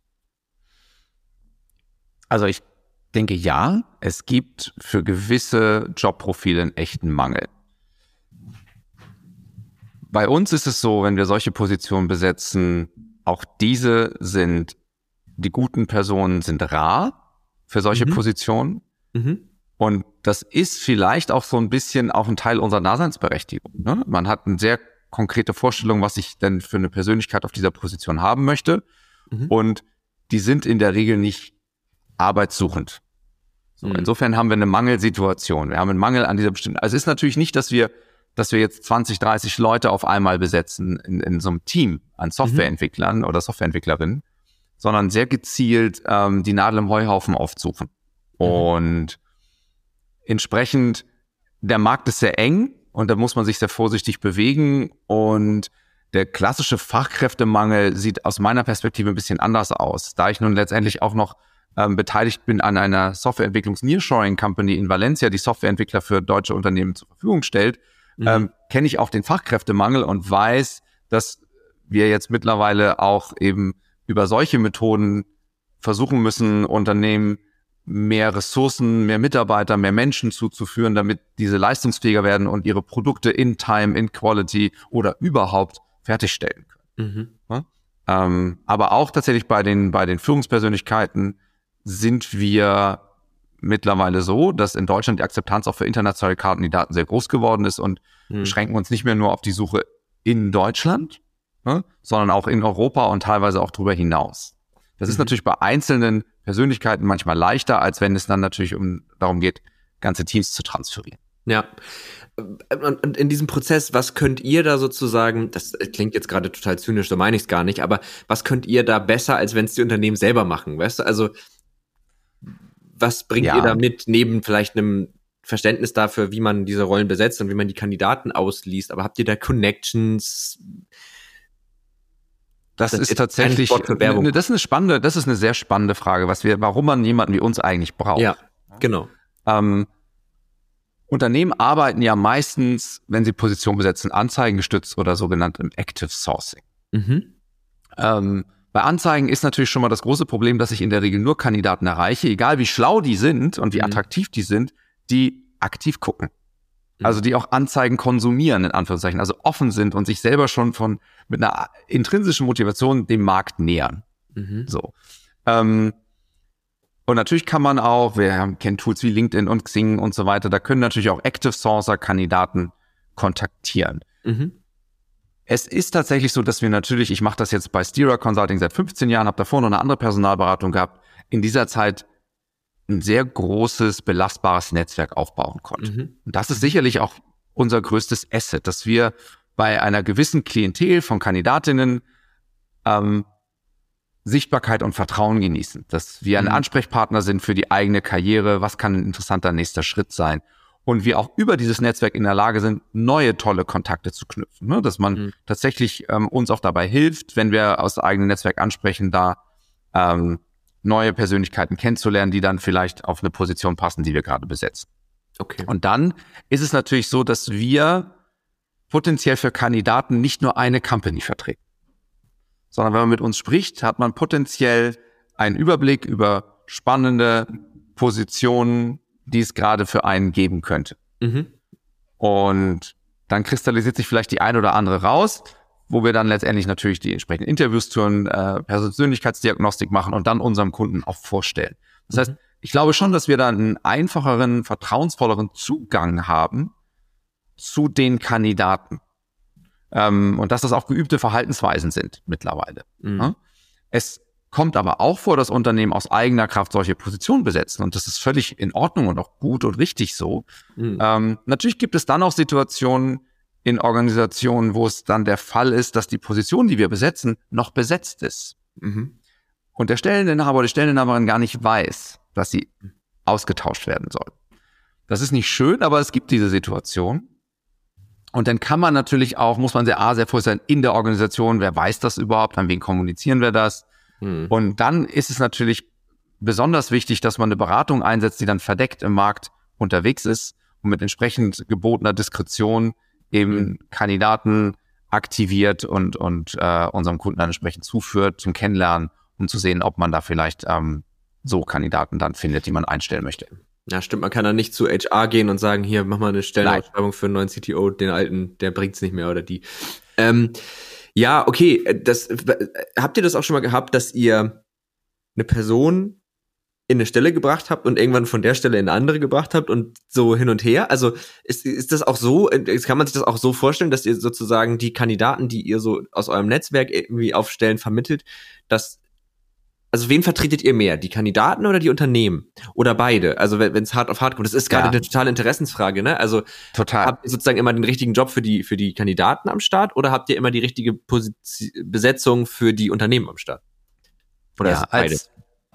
Also ich denke ja, es gibt für gewisse Jobprofile einen echten Mangel. Bei uns ist es so, wenn wir solche Positionen besetzen, auch diese sind, die guten Personen sind rar für solche mhm. Positionen. Mhm. Und das ist vielleicht auch so ein bisschen auch ein Teil unserer Daseinsberechtigung. Ne? Man hat eine sehr konkrete Vorstellung, was ich denn für eine Persönlichkeit auf dieser Position haben möchte. Mhm. Und die sind in der Regel nicht arbeitssuchend. So, mhm. Insofern haben wir eine Mangelsituation. Wir haben einen Mangel an dieser bestimmten. Also es ist natürlich nicht, dass wir, dass wir jetzt zwanzig, dreißig Leute auf einmal besetzen in, in so einem Team an Softwareentwicklern mhm. oder Softwareentwicklerinnen, sondern sehr gezielt ähm, die Nadel im Heuhaufen aufsuchen. Mhm. Und entsprechend, der Markt ist sehr eng und da muss man sich sehr vorsichtig bewegen und der klassische Fachkräftemangel sieht aus meiner Perspektive ein bisschen anders aus. Da ich nun letztendlich auch noch ähm, beteiligt bin an einer Softwareentwicklungs-Nearshoring-Company in Valencia, die Softwareentwickler für deutsche Unternehmen zur Verfügung stellt, mhm. ähm, kenne ich auch den Fachkräftemangel und weiß, dass wir jetzt mittlerweile auch eben über solche Methoden versuchen müssen, Unternehmen mehr Ressourcen, mehr Mitarbeiter, mehr Menschen zuzuführen, damit diese leistungsfähiger werden und ihre Produkte in Time, in Quality oder überhaupt fertigstellen können. Mhm. Ja? Ähm, aber auch tatsächlich bei den, bei den Führungspersönlichkeiten sind wir mittlerweile so, dass in Deutschland die Akzeptanz auch für internationale Kandidaten sehr groß geworden ist und mhm. beschränken uns nicht mehr nur auf die Suche in Deutschland, ja, sondern auch in Europa und teilweise auch darüber hinaus. Das mhm. ist natürlich bei einzelnen Persönlichkeiten manchmal leichter, als wenn es dann natürlich um darum geht, ganze Teams zu transferieren. Ja. Und in diesem Prozess, was könnt ihr da sozusagen, das klingt jetzt gerade total zynisch, so meine ich es gar nicht, aber was könnt ihr da besser, als wenn es die Unternehmen selber machen, weißt du? Also was bringt ja. ihr da mit, neben vielleicht einem Verständnis dafür, wie man diese Rollen besetzt und wie man die Kandidaten ausliest, aber habt ihr da Connections? Das, das ist tatsächlich, ne, das ist eine spannende, das ist eine sehr spannende Frage, was wir, warum man jemanden wie uns eigentlich braucht. Ja, genau. Ähm, Unternehmen arbeiten ja meistens, wenn sie Position besetzen, anzeigengestützt oder sogenannt im Active Sourcing. Mhm. Ähm, bei Anzeigen ist natürlich schon mal das große Problem, dass ich in der Regel nur Kandidaten erreiche, egal wie schlau die sind und wie mhm. attraktiv die sind, die aktiv gucken. Also die auch Anzeigen konsumieren, in Anführungszeichen, also offen sind und sich selber schon von mit einer intrinsischen Motivation dem Markt nähern. Mhm. So. Ähm, und natürlich kann man auch, wir kennen Tools wie LinkedIn und Xing und so weiter, da können natürlich auch Active Sourcer Kandidaten kontaktieren. Mhm. Es ist tatsächlich so, dass wir natürlich, ich mache das jetzt bei Steerer Consulting seit fünfzehn Jahren, habe davor noch eine andere Personalberatung gehabt, in dieser Zeit ein sehr großes, belastbares Netzwerk aufbauen konnte. Mhm. Und das ist sicherlich auch unser größtes Asset, dass wir bei einer gewissen Klientel von Kandidatinnen ähm, Sichtbarkeit und Vertrauen genießen, dass wir ein mhm. Ansprechpartner sind für die eigene Karriere, was kann ein interessanter nächster Schritt sein und wir auch über dieses Netzwerk in der Lage sind, neue tolle Kontakte zu knüpfen, ne? Dass man mhm. tatsächlich ähm, uns auch dabei hilft, wenn wir aus dem eigenen Netzwerk ansprechen, da ähm, neue Persönlichkeiten kennenzulernen, die dann vielleicht auf eine Position passen, die wir gerade besetzen. Okay. Und dann ist es natürlich so, dass wir potenziell für Kandidaten nicht nur eine Company vertreten, sondern wenn man mit uns spricht, hat man potenziell einen Überblick über spannende Positionen, die es gerade für einen geben könnte. Mhm. Und dann kristallisiert sich vielleicht die eine oder andere raus, wo wir dann letztendlich natürlich die entsprechenden Interviews tun, äh, Persönlichkeitsdiagnostik machen und dann unserem Kunden auch vorstellen. Das heißt, ich glaube schon, dass wir da einen einfacheren, vertrauensvolleren Zugang haben zu den Kandidaten. Ähm, und dass das auch geübte Verhaltensweisen sind mittlerweile. Mhm. Ja? Es kommt aber auch vor, dass Unternehmen aus eigener Kraft solche Positionen besetzen. Und das ist völlig in Ordnung und auch gut und richtig so. Mhm. Ähm, natürlich gibt es dann auch Situationen, in Organisationen, wo es dann der Fall ist, dass die Position, die wir besetzen, noch besetzt ist. Mhm. Und der Stelleninhaber oder die Stelleninhaberin gar nicht weiß, dass sie ausgetauscht werden soll. Das ist nicht schön, aber es gibt diese Situation. Und dann kann man natürlich auch, muss man sehr, A, sehr vorsichtig sein in der Organisation, wer weiß das überhaupt, an wen kommunizieren wir das? Mhm. Und dann ist es natürlich besonders wichtig, dass man eine Beratung einsetzt, die dann verdeckt im Markt unterwegs ist und mit entsprechend gebotener Diskretion eben Mhm. Kandidaten aktiviert und, und äh, unserem Kunden dann entsprechend zuführt zum Kennenlernen, um zu sehen, ob man da vielleicht ähm, so Kandidaten dann findet, die man einstellen möchte. Ja, stimmt, man kann dann nicht zu H R gehen und sagen, hier, mach mal eine Stellenausschreibung für einen neuen C T O, den alten, der bringt's nicht mehr oder die. Ähm, ja, okay, das, habt ihr das auch schon mal gehabt, dass ihr eine Person in eine Stelle gebracht habt und irgendwann von der Stelle in eine andere gebracht habt und so hin und her? Also ist, ist das auch so, kann man sich das auch so vorstellen, dass ihr sozusagen die Kandidaten, die ihr so aus eurem Netzwerk irgendwie auf Stellen vermittelt, dass, also wen vertretet ihr mehr, die Kandidaten oder die Unternehmen? Oder beide? Also wenn es hart auf hart kommt, das ist gerade Ja. eine totale Interessensfrage, ne? Also Total. habt ihr sozusagen immer den richtigen Job für die für die Kandidaten am Start oder habt ihr immer die richtige Position, Besetzung für die Unternehmen am Start? Oder Ja, ist es beide? als,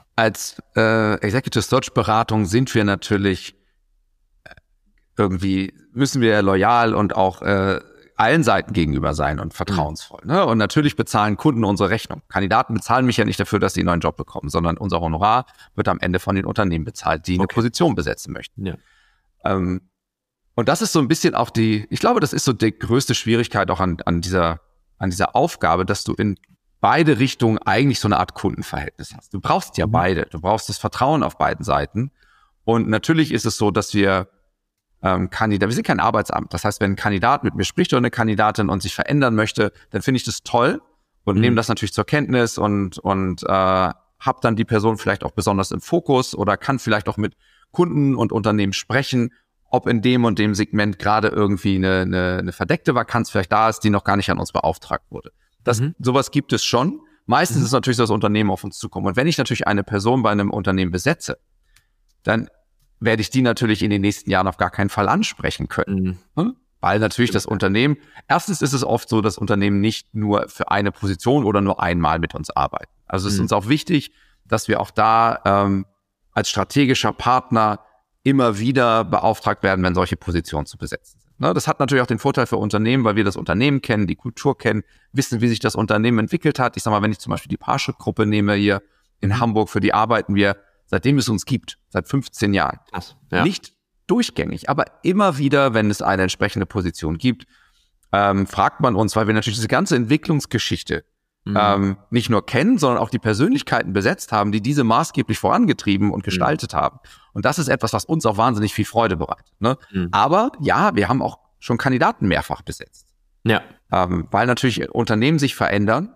als äh, Executive Search Beratung sind wir natürlich äh, irgendwie, müssen wir loyal und auch äh, allen Seiten gegenüber sein und vertrauensvoll. Mhm. Ne? Und natürlich bezahlen Kunden unsere Rechnung. Kandidaten bezahlen mich ja nicht dafür, dass sie einen neuen Job bekommen, sondern unser Honorar wird am Ende von den Unternehmen bezahlt, die eine Okay. Position besetzen möchten. Ja. Ähm, und das ist so ein bisschen auch die, ich glaube, das ist so die größte Schwierigkeit auch an, an dieser, an dieser Aufgabe, dass du in beide Richtungen eigentlich so eine Art Kundenverhältnis hast. Du brauchst ja Mhm. beide. Du brauchst das Vertrauen auf beiden Seiten. Und natürlich ist es so, dass wir ähm, Kandidat, wir sind kein Arbeitsamt. Das heißt, wenn ein Kandidat mit mir spricht oder eine Kandidatin und sich verändern möchte, dann finde ich das toll und Mhm. nehme das natürlich zur Kenntnis und, und äh, habe dann die Person vielleicht auch besonders im Fokus oder kann vielleicht auch mit Kunden und Unternehmen sprechen, ob in dem und dem Segment gerade irgendwie eine, eine, eine verdeckte Vakanz vielleicht da ist, die noch gar nicht an uns beauftragt wurde. Das, Mhm. sowas gibt es schon. Meistens Mhm. ist es natürlich so, dass Unternehmen auf uns zukommen. Und wenn ich natürlich eine Person bei einem Unternehmen besetze, dann werde ich die natürlich in den nächsten Jahren auf gar keinen Fall ansprechen können. Mhm. Hm? Weil natürlich das Unternehmen, erstens ist es oft so, dass Unternehmen nicht nur für eine Position oder nur einmal mit uns arbeiten. Also es ist Mhm. uns auch wichtig, dass wir auch da ähm, als strategischer Partner immer wieder beauftragt werden, wenn solche Positionen zu besetzen sind. Ne, das hat natürlich auch den Vorteil für Unternehmen, weil wir das Unternehmen kennen, die Kultur kennen, wissen, wie sich das Unternehmen entwickelt hat. Ich sag mal, wenn ich zum Beispiel die Parship-Gruppe nehme hier in Hamburg, für die arbeiten wir, seitdem es uns gibt, seit fünfzehn Jahren. Krass. Ja. Nicht durchgängig, aber immer wieder, wenn es eine entsprechende Position gibt, ähm, fragt man uns, weil wir natürlich diese ganze Entwicklungsgeschichte Mhm. ähm, nicht nur kennen, sondern auch die Persönlichkeiten besetzt haben, die diese maßgeblich vorangetrieben und gestaltet haben. Und das ist etwas, was uns auch wahnsinnig viel Freude bereitet. Ne? Mhm. Aber ja, wir haben auch schon Kandidaten mehrfach besetzt. Ja. Ähm, weil natürlich Unternehmen sich verändern.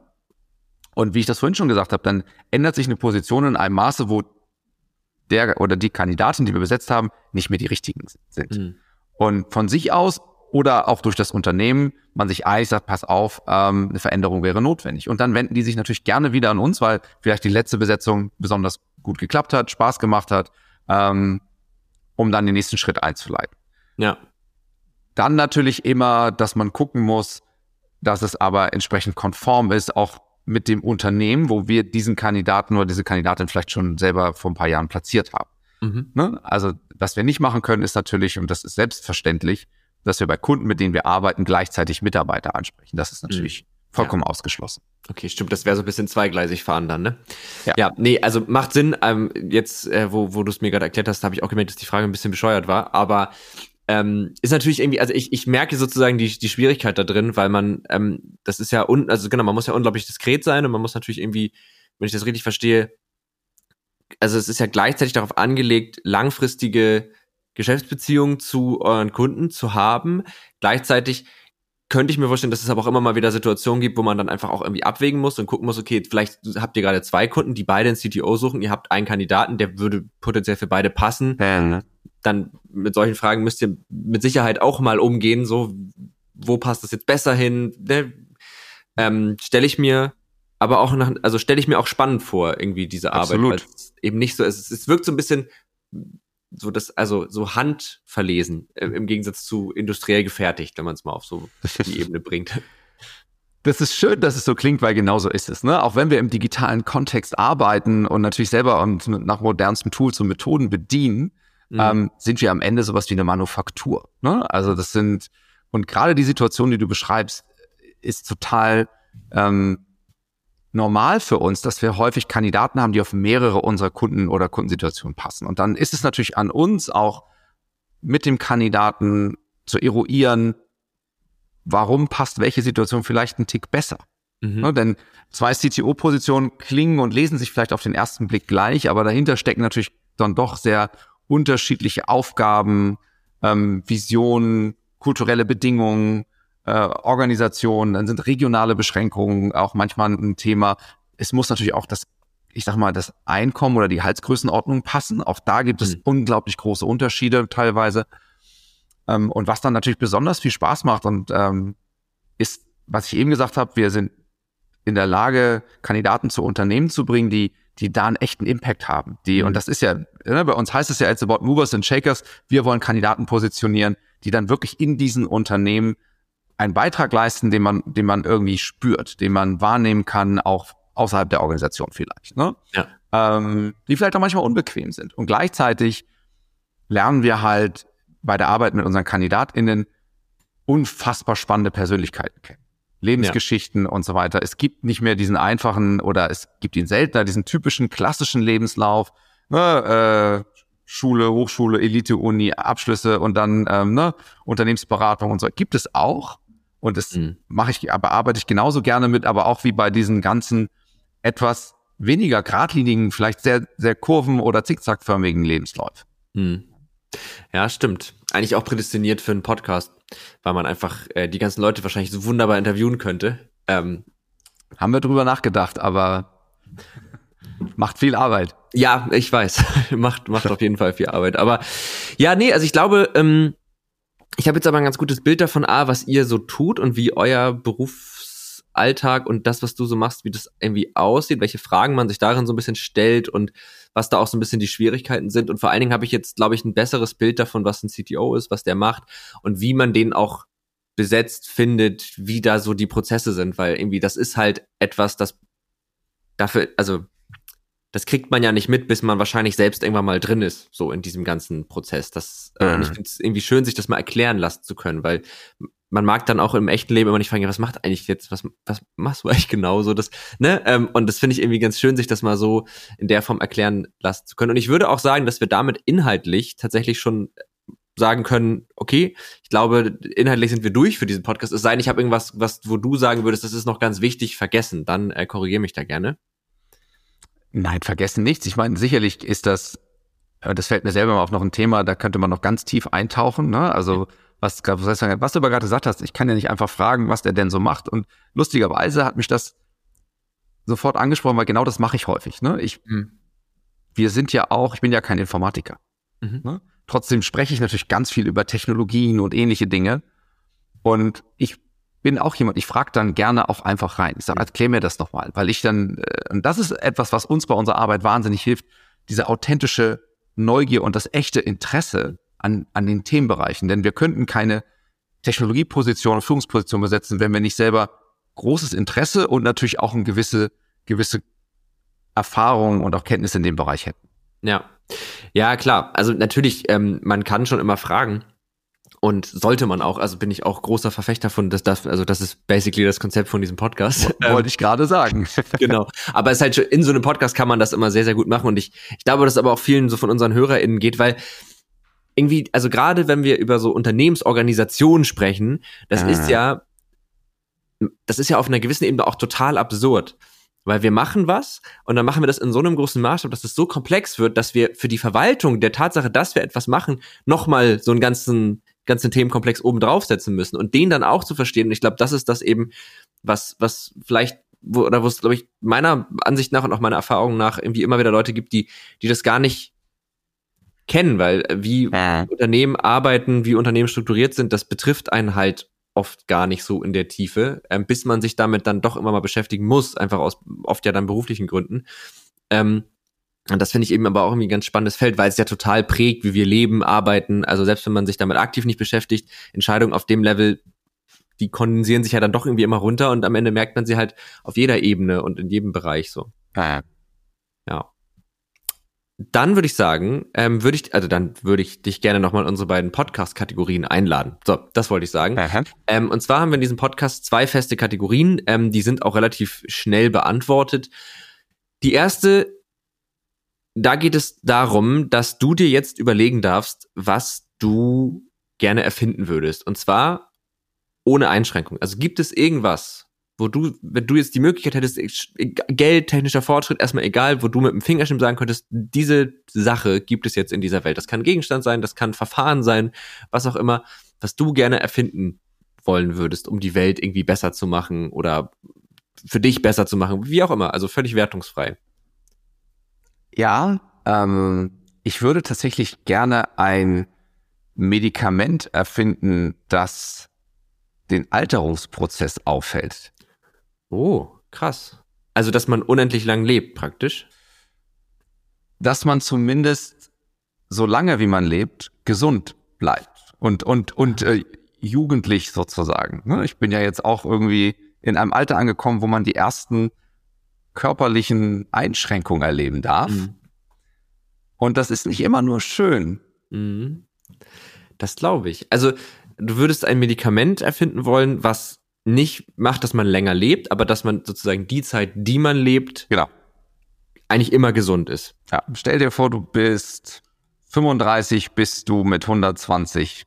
Und wie ich das vorhin schon gesagt habe, dann ändert sich eine Position in einem Maße, wo der oder die Kandidaten, die wir besetzt haben, nicht mehr die richtigen sind. Mhm. Und von sich aus oder auch durch das Unternehmen man sich eigentlich sagt, pass auf, ähm, eine Veränderung wäre notwendig. Und dann wenden die sich natürlich gerne wieder an uns, weil vielleicht die letzte Besetzung besonders gut geklappt hat, Spaß gemacht hat, ähm, um dann den nächsten Schritt einzuleiten. Ja. Dann natürlich immer, dass man gucken muss, dass es aber entsprechend konform ist, auch mit dem Unternehmen, wo wir diesen Kandidaten oder diese Kandidatin vielleicht schon selber vor ein paar Jahren platziert haben. Mhm. Ne? Also, was wir nicht machen können, ist natürlich, und das ist selbstverständlich, dass wir bei Kunden, mit denen wir arbeiten, gleichzeitig Mitarbeiter ansprechen. Das ist natürlich mhm. vollkommen ja. ausgeschlossen. Okay, stimmt, das wäre so ein bisschen zweigleisig fahren dann, ne? Ja, ja nee, also macht Sinn. Ähm, jetzt, äh, wo, wo du es mir gerade erklärt hast, habe ich auch gemerkt, dass die Frage ein bisschen bescheuert war, aber ähm, ist natürlich irgendwie, also ich, ich merke sozusagen die, die Schwierigkeit da drin, weil man, ähm, das ist ja, un, also genau, man muss ja unglaublich diskret sein und man muss natürlich irgendwie, wenn ich das richtig verstehe, also es ist ja gleichzeitig darauf angelegt, langfristige Geschäftsbeziehungen zu euren Kunden zu haben. Gleichzeitig könnte ich mir vorstellen, dass es aber auch immer mal wieder Situationen gibt, wo man dann einfach auch irgendwie abwägen muss und gucken muss, okay, vielleicht habt ihr gerade zwei Kunden, die beide einen C T O suchen, ihr habt einen Kandidaten, der würde potenziell für beide passen. Ja, ne? Dann mit solchen Fragen müsst ihr mit Sicherheit auch mal umgehen, so, wo passt das jetzt besser hin? Ne? Ähm, stelle ich mir aber auch nach, also stelle ich mir auch spannend vor, irgendwie diese Arbeit, weil es eben nicht so ist. Es, es wirkt so ein bisschen so das, also so handverlesen, äh, im Gegensatz zu industriell gefertigt, wenn man es mal auf so die Ebene bringt. Das ist schön, dass es so klingt, weil genau so ist es. Ne? Auch wenn wir im digitalen Kontext arbeiten und natürlich selber und nach modernsten Tools und Methoden bedienen, mhm. ähm, sind wir am Ende sowas wie eine Manufaktur. Ne? Also das sind, und gerade die Situation, die du beschreibst, ist total ähm, normal für uns, dass wir häufig Kandidaten haben, die auf mehrere unserer Kunden oder Kundensituationen passen. Und dann ist es natürlich an uns auch mit dem Kandidaten zu eruieren, warum passt welche Situation vielleicht einen Tick besser. Mhm. Ne, denn zwei C T O-Positionen klingen und lesen sich vielleicht auf den ersten Blick gleich, aber dahinter stecken natürlich dann doch sehr unterschiedliche Aufgaben, ähm, Visionen, kulturelle Bedingungen, äh, Organisationen, dann sind regionale Beschränkungen auch manchmal ein Thema. Es muss natürlich auch das, ich sag mal, das Einkommen oder die Gehaltsgrößenordnung passen. Auch da gibt es mhm. unglaublich große Unterschiede teilweise. Ähm, und was dann natürlich besonders viel Spaß macht und ähm, ist, was ich eben gesagt habe, wir sind in der Lage, Kandidaten zu Unternehmen zu bringen, die die da einen echten Impact haben. Die mhm. Und das ist ja, ne, bei uns heißt es ja, it's about movers and shakers. Wir wollen Kandidaten positionieren, die dann wirklich in diesen Unternehmen einen Beitrag leisten, den man, den man irgendwie spürt, den man wahrnehmen kann, auch außerhalb der Organisation vielleicht. Ne? Ja. Ähm, die vielleicht auch manchmal unbequem sind. Und gleichzeitig lernen wir halt bei der Arbeit mit unseren KandidatInnen unfassbar spannende Persönlichkeiten kennen. Lebensgeschichten ja. und so weiter. Es gibt nicht mehr diesen einfachen oder es gibt ihn seltener, diesen typischen klassischen Lebenslauf, ne, äh, Schule, Hochschule, Elite, Uni, Abschlüsse und dann ähm, ne, Unternehmensberatung und so. Gibt es auch und das mhm. mache ich, aber arbeite ich genauso gerne mit, aber auch wie bei diesen ganzen etwas weniger geradlinigen, vielleicht sehr, sehr kurven- oder zickzackförmigen Lebensläufen. Mhm. Ja, stimmt. Eigentlich auch prädestiniert für einen Podcast, weil man einfach äh, die ganzen Leute wahrscheinlich so wunderbar interviewen könnte. Ähm, Haben wir drüber nachgedacht, aber macht viel Arbeit. Ja, ich weiß. macht macht auf jeden Fall viel Arbeit. Aber ja, nee, also ich glaube, ähm, ich habe jetzt aber ein ganz gutes Bild davon, A, was ihr so tut und wie euer Berufsalltag und das, was du so machst, wie das irgendwie aussieht, welche Fragen man sich darin so ein bisschen stellt und was da auch so ein bisschen die Schwierigkeiten sind. Und vor allen Dingen habe ich jetzt, glaube ich, ein besseres Bild davon, was ein C T O ist, was der macht und wie man den auch besetzt findet, wie da so die Prozesse sind. Weil irgendwie das ist halt etwas, das dafür, also das kriegt man ja nicht mit, bis man wahrscheinlich selbst irgendwann mal drin ist, so in diesem ganzen Prozess. Das, mhm. äh, und ich finde es irgendwie schön, sich das mal erklären lassen zu können, weil man mag dann auch im echten Leben immer nicht fragen, ja, was macht eigentlich jetzt, was, was machst du eigentlich genau so, das, ne, ähm, und das finde ich irgendwie ganz schön, sich das mal so in der Form erklären lassen zu können. Und ich würde auch sagen, dass wir damit inhaltlich tatsächlich schon sagen können, okay, ich glaube, inhaltlich sind wir durch für diesen Podcast. Es sei denn, ich habe irgendwas, was, wo du sagen würdest, das ist noch ganz wichtig, vergessen, dann äh, korrigiere mich da gerne. Nein, vergessen nichts. Ich meine, sicherlich ist das, das fällt mir selber mal auf noch ein Thema, da könnte man noch ganz tief eintauchen, ne? Also, was, was, was du aber gerade gesagt hast, ich kann ja nicht einfach fragen, was der denn so macht. Und lustigerweise hat mich das sofort angesprochen, weil genau das mache ich häufig, ne? Ich, mhm. wir sind ja auch, ich bin ja kein Informatiker, mhm. ne? Trotzdem spreche ich natürlich ganz viel über Technologien und ähnliche Dinge. Und ich bin auch jemand, ich frage dann gerne auch einfach rein. Ich sage, erklär mir das nochmal, weil ich dann, und das ist etwas, was uns bei unserer Arbeit wahnsinnig hilft, diese authentische Neugier und das echte Interesse an, an den Themenbereichen. Denn wir könnten keine Technologieposition, Führungsposition besetzen, wenn wir nicht selber großes Interesse und natürlich auch eine gewisse, gewisse Erfahrung und auch Kenntnis in dem Bereich hätten. Ja, ja klar. Also natürlich, ähm, man kann schon immer fragen. Und sollte man auch, also bin ich auch großer Verfechter von, dass das, also das ist basically das Konzept von diesem Podcast. Wollte ich gerade sagen. Genau. Aber es ist halt schon, in so einem Podcast kann man das immer sehr, sehr gut machen. Und ich, ich glaube, dass es aber auch vielen so von unseren HörerInnen geht, weil irgendwie, also gerade wenn wir über so Unternehmensorganisationen sprechen, das ah. ist ja, das ist ja auf einer gewissen Ebene auch total absurd. Weil wir machen was und dann machen wir das in so einem großen Maßstab, dass es so komplex wird, dass wir für die Verwaltung der Tatsache, dass wir etwas machen, nochmal so einen ganzen ganzen Themenkomplex oben draufsetzen müssen und den dann auch zu verstehen. Und ich glaube, das ist das eben, was was vielleicht, wo, oder wo es, glaube ich, meiner Ansicht nach und auch meiner Erfahrung nach irgendwie immer wieder Leute gibt, die die das gar nicht kennen, weil wie äh. Unternehmen arbeiten, wie Unternehmen strukturiert sind, das betrifft einen halt oft gar nicht so in der Tiefe, ähm, bis man sich damit dann doch immer mal beschäftigen muss, einfach aus oft ja dann beruflichen Gründen. Ähm, und das finde ich eben aber auch irgendwie ein ganz spannendes Feld, weil es ja total prägt, wie wir leben, arbeiten. Also selbst wenn man sich damit aktiv nicht beschäftigt, Entscheidungen auf dem Level, die kondensieren sich ja dann doch irgendwie immer runter und am Ende merkt man sie halt auf jeder Ebene und in jedem Bereich so. Ja. Ja. Dann würde ich sagen, ähm, würde ich, also dann würde ich dich gerne nochmal in unsere beiden Podcast-Kategorien einladen. So, das wollte ich sagen. Ähm, und zwar haben wir in diesem Podcast zwei feste Kategorien, ähm, die sind auch relativ schnell beantwortet. Die erste, da geht es darum, dass du dir jetzt überlegen darfst, was du gerne erfinden würdest. Und zwar ohne Einschränkung. Also gibt es irgendwas, wo du, wenn du jetzt die Möglichkeit hättest, Geld, technischer Fortschritt, erstmal egal, wo du mit dem Fingerschnipp sagen könntest, diese Sache gibt es jetzt in dieser Welt. Das kann Gegenstand sein, das kann Verfahren sein, was auch immer, was du gerne erfinden wollen würdest, um die Welt irgendwie besser zu machen oder für dich besser zu machen, wie auch immer, also völlig wertungsfrei. Ja, ähm, ich würde tatsächlich gerne ein Medikament erfinden, das den Alterungsprozess aufhält. Oh, krass. Also, dass man unendlich lang lebt, praktisch? Dass man zumindest so lange, wie man lebt, gesund bleibt und und und äh, jugendlich sozusagen. Ne? Ich bin ja jetzt auch irgendwie in einem Alter angekommen, wo man die ersten körperlichen Einschränkungen erleben darf. Mhm. Und das ist nicht immer nur schön. Mhm. Das glaube ich. Also, du würdest ein Medikament erfinden wollen, was nicht macht, dass man länger lebt, aber dass man sozusagen die Zeit, die man lebt, genau, eigentlich immer gesund ist. Ja, stell dir vor, du bist fünfunddreißig, bis du mit hundertzwanzig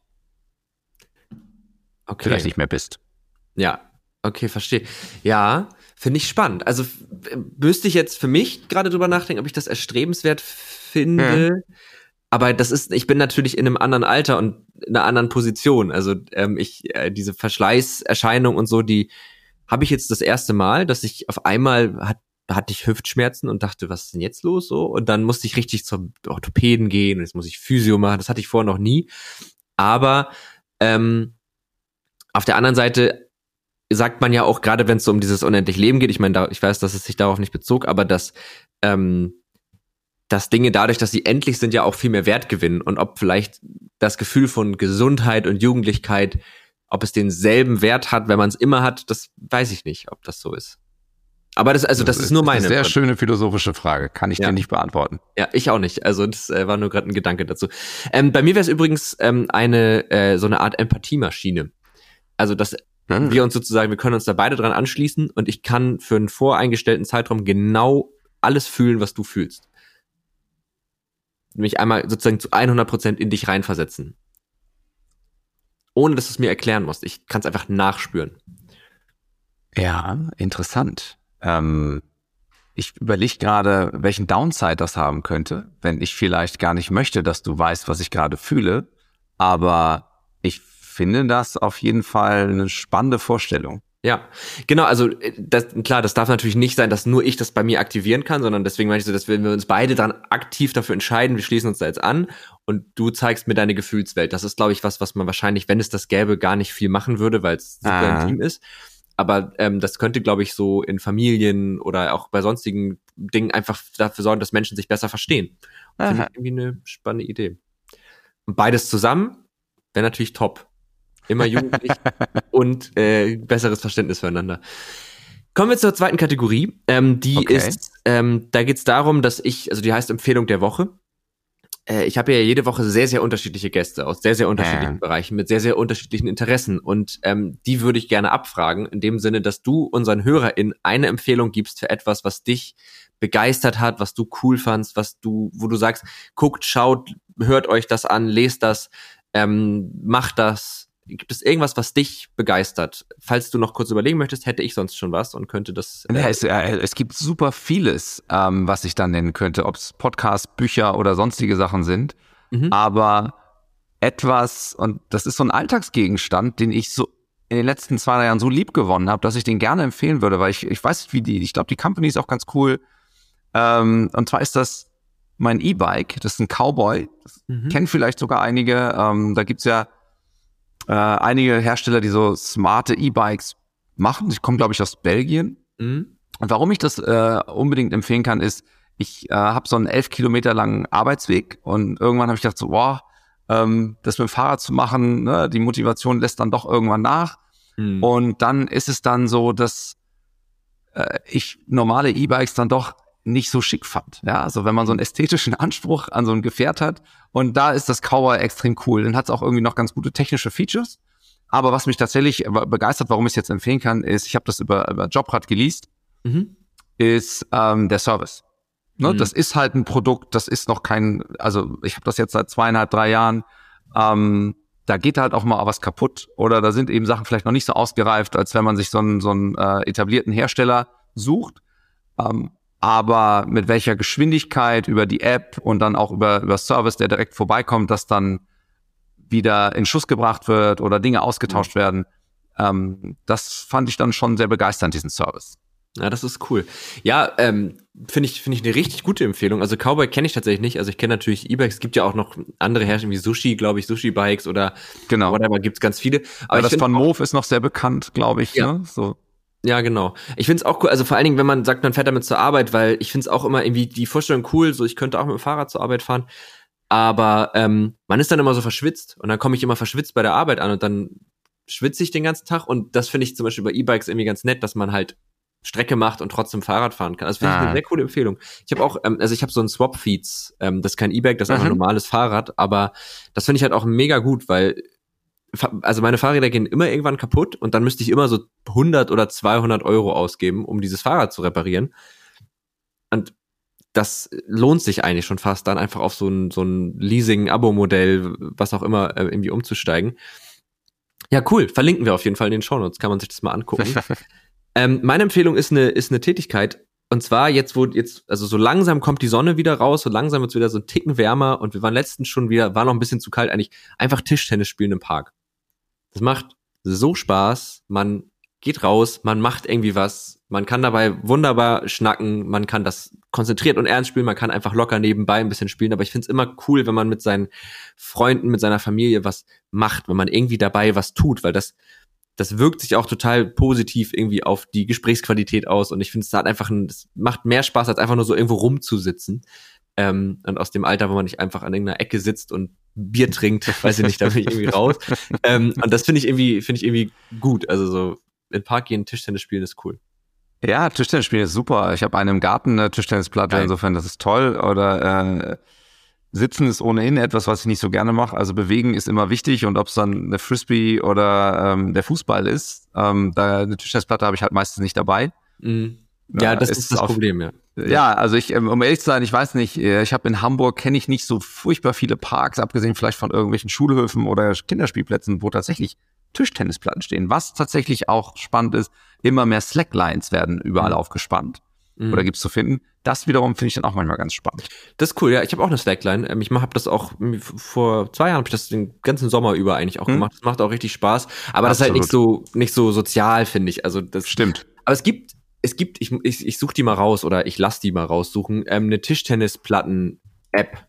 okay. vielleicht nicht mehr bist. Ja, okay, verstehe. Ja, finde ich spannend. Also f- müsste ich jetzt für mich gerade drüber nachdenken, ob ich das erstrebenswert finde. Mhm. Aber das ist, ich bin natürlich in einem anderen Alter und in einer anderen Position. Also ähm, ich äh, diese Verschleißerscheinung und so, die habe ich jetzt das erste Mal, dass ich auf einmal hat, hatte ich Hüftschmerzen und dachte, was ist denn jetzt los so? Und dann musste ich richtig zum Orthopäden gehen und jetzt muss ich Physio machen. Das hatte ich vorher noch nie. Aber ähm, auf der anderen Seite sagt man ja auch, gerade wenn es so um dieses unendlich Leben geht, ich meine, da, ich weiß, dass es sich darauf nicht bezog, aber dass ähm, dass Dinge dadurch, dass sie endlich sind, ja auch viel mehr Wert gewinnen und ob vielleicht das Gefühl von Gesundheit und Jugendlichkeit, ob es denselben Wert hat, wenn man es immer hat, das weiß ich nicht, ob das so ist. Aber das, also das, das ist nur meine. Das ist eine sehr schöne philosophische Frage, kann ich ja. dir nicht beantworten. Ja, ich auch nicht. Also das äh, war nur gerade ein Gedanke dazu. Ähm, bei mir wäre es übrigens ähm, eine äh, so eine Art Empathiemaschine. Also dass hm. wir uns sozusagen, wir können uns da beide dran anschließen und ich kann für einen voreingestellten Zeitraum genau alles fühlen, was du fühlst. Mich einmal sozusagen zu hundert Prozent in dich reinversetzen. Ohne, dass du es mir erklären musst. Ich kann es einfach nachspüren. Ja, interessant. Ähm, ich überlege gerade, welchen Downside das haben könnte, wenn ich vielleicht gar nicht möchte, dass du weißt, was ich gerade fühle. Aber ich finde das auf jeden Fall eine spannende Vorstellung. Ja, genau, also das, klar, das darf natürlich nicht sein, dass nur ich das bei mir aktivieren kann, sondern deswegen meine ich so, dass wir uns beide dann aktiv dafür entscheiden, wir schließen uns da jetzt an und du zeigst mir deine Gefühlswelt. Das ist, glaube ich, was, was man wahrscheinlich, wenn es das gäbe, gar nicht viel machen würde, weil es super ah. intim ist. Aber ähm, das könnte, glaube ich, so in Familien oder auch bei sonstigen Dingen einfach dafür sorgen, dass Menschen sich besser verstehen. Finde ich irgendwie eine spannende Idee. Und beides zusammen wäre natürlich top. Immer jugendlich und äh, besseres Verständnis füreinander. Kommen wir zur zweiten Kategorie. Ähm, die okay. ist, ähm, da geht es darum, dass ich, also die heißt Empfehlung der Woche. Äh, ich habe ja jede Woche sehr, sehr unterschiedliche Gäste aus sehr, sehr unterschiedlichen äh. Bereichen mit sehr, sehr unterschiedlichen Interessen. Und ähm, die würde ich gerne abfragen, in dem Sinne, dass du unseren HörerInnen eine Empfehlung gibst für etwas, was dich begeistert hat, was du cool fandst, was du, wo du sagst, guckt, schaut, hört euch das an, lest das, ähm, macht das. Gibt es irgendwas, was dich begeistert? Falls du noch kurz überlegen möchtest, hätte ich sonst schon was und könnte das... Äh ja, es, äh, es gibt super vieles, ähm, was ich dann nennen könnte, ob es Podcasts, Bücher oder sonstige Sachen sind. Mhm. Aber etwas, und das ist so ein Alltagsgegenstand, den ich so in den letzten zwei, drei Jahren so lieb gewonnen habe, dass ich den gerne empfehlen würde, weil ich, ich weiß nicht, wie die, ich glaube, die Company ist auch ganz cool. Ähm, und zwar ist das mein E-Bike, das ist ein Cowboy. Das mhm. kennen vielleicht sogar einige. Ähm, da gibt's ja Äh, einige Hersteller, die so smarte E-Bikes machen. Ich komme, glaube ich, aus Belgien. Mhm. Und warum ich das äh, unbedingt empfehlen kann, ist, ich äh, habe so einen elf Kilometer langen Arbeitsweg und irgendwann habe ich gedacht so, boah, ähm, das mit dem Fahrrad zu machen, ne, die Motivation lässt dann doch irgendwann nach. Mhm. Und dann ist es dann so, dass äh, ich normale E-Bikes dann doch nicht so schick fand. Ja, also wenn man so einen ästhetischen Anspruch an so ein Gefährt hat und da ist das Cowboy extrem cool. Dann hat es auch irgendwie noch ganz gute technische Features. Aber was mich tatsächlich begeistert, warum ich es jetzt empfehlen kann, ist, ich habe das über, über Jobrad geleast, mhm. ist ähm, der Service. Ne? Mhm. Das ist halt ein Produkt, das ist noch kein, also ich habe das jetzt seit zweieinhalb, drei Jahren. Ähm, da geht halt auch mal was kaputt oder da sind eben Sachen vielleicht noch nicht so ausgereift, als wenn man sich so einen, so einen äh, etablierten Hersteller sucht. Ähm, aber mit welcher Geschwindigkeit über die App und dann auch über, über Service, der direkt vorbeikommt, dass dann wieder in Schuss gebracht wird oder Dinge ausgetauscht mhm. werden, ähm, das fand ich dann schon sehr begeisternd, diesen Service. Ja, das ist cool. Ja, ähm, finde ich, finde ich eine richtig gute Empfehlung. Also Cowboy kenne ich tatsächlich nicht. Also ich kenne natürlich E-Bikes. Es gibt ja auch noch andere Hersteller wie Sushi, glaube ich, Sushi-Bikes oder genau. whatever, gibt's ganz viele. Aber ja, ich das von Move ist noch sehr bekannt, glaube ich. Ja. Ne? So. Ja, genau. Ich find's auch cool, also vor allen Dingen, wenn man sagt, man fährt damit zur Arbeit, weil ich find's auch immer irgendwie die Vorstellung cool, so ich könnte auch mit dem Fahrrad zur Arbeit fahren, aber ähm, man ist dann immer so verschwitzt und dann komme ich immer verschwitzt bei der Arbeit an und dann schwitze ich den ganzen Tag und das finde ich zum Beispiel bei E-Bikes irgendwie ganz nett, dass man halt Strecke macht und trotzdem Fahrrad fahren kann. Also finde ich ah. eine sehr coole Empfehlung. Ich habe auch, ähm, also ich habe so ein Swap-Feeds, ähm, das ist kein E-Bike, das ist mhm. einfach ein normales Fahrrad, aber das finde ich halt auch mega gut, weil also meine Fahrräder gehen immer irgendwann kaputt und dann müsste ich immer so hundert oder zweihundert Euro ausgeben, um dieses Fahrrad zu reparieren. Und das lohnt sich eigentlich schon fast, dann einfach auf so ein, so ein Leasing-Abo-Modell, was auch immer, äh, irgendwie umzusteigen. Ja, cool. Verlinken wir auf jeden Fall in den Shownotes. Kann man sich das mal angucken. ähm, meine Empfehlung ist eine, ist eine Tätigkeit. Und zwar jetzt, wo jetzt, also so langsam kommt die Sonne wieder raus, so langsam wird's wieder so ein Ticken wärmer und wir waren letztens schon wieder, war noch ein bisschen zu kalt eigentlich, einfach Tischtennis spielen im Park. Das macht so Spaß, man geht raus, man macht irgendwie was, man kann dabei wunderbar schnacken, man kann das konzentriert und ernst spielen, man kann einfach locker nebenbei ein bisschen spielen, aber ich find's immer cool, wenn man mit seinen Freunden, mit seiner Familie was macht, wenn man irgendwie dabei was tut, weil das das wirkt sich auch total positiv irgendwie auf die Gesprächsqualität aus und ich finde, es hat einfach ein, es macht mehr Spaß, als einfach nur so irgendwo rumzusitzen. Ähm, und aus dem Alter, wo man nicht einfach an irgendeiner Ecke sitzt und Bier trinkt, weiß ich nicht, da bin ich irgendwie raus. ähm, und das finde ich irgendwie, finde ich irgendwie gut. Also so in den Park gehen, Tischtennis spielen ist cool. Ja, Tischtennis spielen ist super. Ich habe einen im Garten, eine Tischtennisplatte, Geil. Insofern das ist toll. Oder äh, Sitzen ist ohnehin etwas, was ich nicht so gerne mache. Also bewegen ist immer wichtig und ob es dann eine Frisbee oder ähm, der Fußball ist, ähm, da eine Tischtennisplatte habe ich halt meistens nicht dabei. Mhm. Ja, das ist, ist das auf, Problem, ja. Ja, also ich, um ehrlich zu sein, ich weiß nicht, ich habe in Hamburg, kenne ich nicht so furchtbar viele Parks, abgesehen vielleicht von irgendwelchen Schulhöfen oder Kinderspielplätzen, wo tatsächlich Tischtennisplatten stehen. Was tatsächlich auch spannend ist, immer mehr Slacklines werden überall mhm. aufgespannt. Mhm. Oder gibt's zu finden. Das wiederum finde ich dann auch manchmal ganz spannend. Das ist cool, ja. Ich habe auch eine Slackline. Ich habe das auch, vor zwei Jahren habe ich das den ganzen Sommer über eigentlich auch mhm. gemacht. Das macht auch richtig Spaß. Aber Absolut. Das ist halt nicht so, nicht so sozial, finde ich. Also das stimmt. Aber es gibt Es gibt, ich, ich, ich suche die mal raus oder ich lass die mal raussuchen, ähm, eine Tischtennisplatten-App,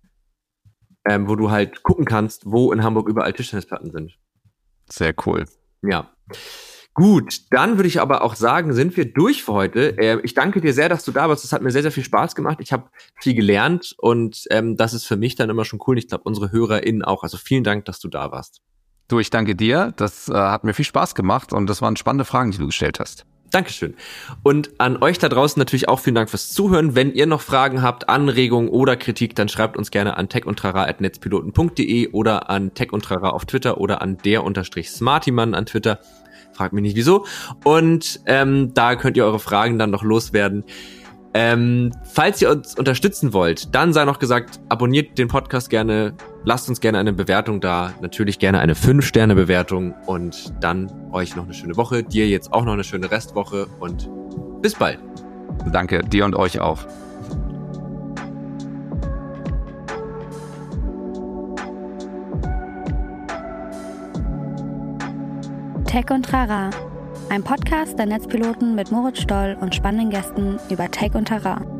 ähm, wo du halt gucken kannst, wo in Hamburg überall Tischtennisplatten sind. Sehr cool. Ja. Gut, dann würde ich aber auch sagen, sind wir durch für heute. Äh, ich danke dir sehr, dass du da warst. Das hat mir sehr, sehr viel Spaß gemacht. Ich habe viel gelernt und ähm, das ist für mich dann immer schon cool. Ich glaube, unsere HörerInnen auch. Also vielen Dank, dass du da warst. Du, ich danke dir. Das äh, hat mir viel Spaß gemacht und das waren spannende Fragen, die du gestellt hast. Dankeschön. Und an euch da draußen natürlich auch vielen Dank fürs Zuhören. Wenn ihr noch Fragen habt, Anregungen oder Kritik, dann schreibt uns gerne an techundtrara at netzpiloten punkt de oder an techundtrara auf Twitter oder an der unterstrich smartymann an Twitter. Fragt mich nicht wieso. Und ähm, da könnt ihr eure Fragen dann noch loswerden. Ähm, falls ihr uns unterstützen wollt, dann sei noch gesagt, abonniert den Podcast gerne, lasst uns gerne eine Bewertung da, natürlich gerne eine fünf Sterne Bewertung und dann euch noch eine schöne Woche, dir jetzt auch noch eine schöne Restwoche und bis bald. Danke, dir und euch auch. Tech und Trara, ein Podcast der Netzpiloten mit Moritz Stoll und spannenden Gästen über Tech und Trara.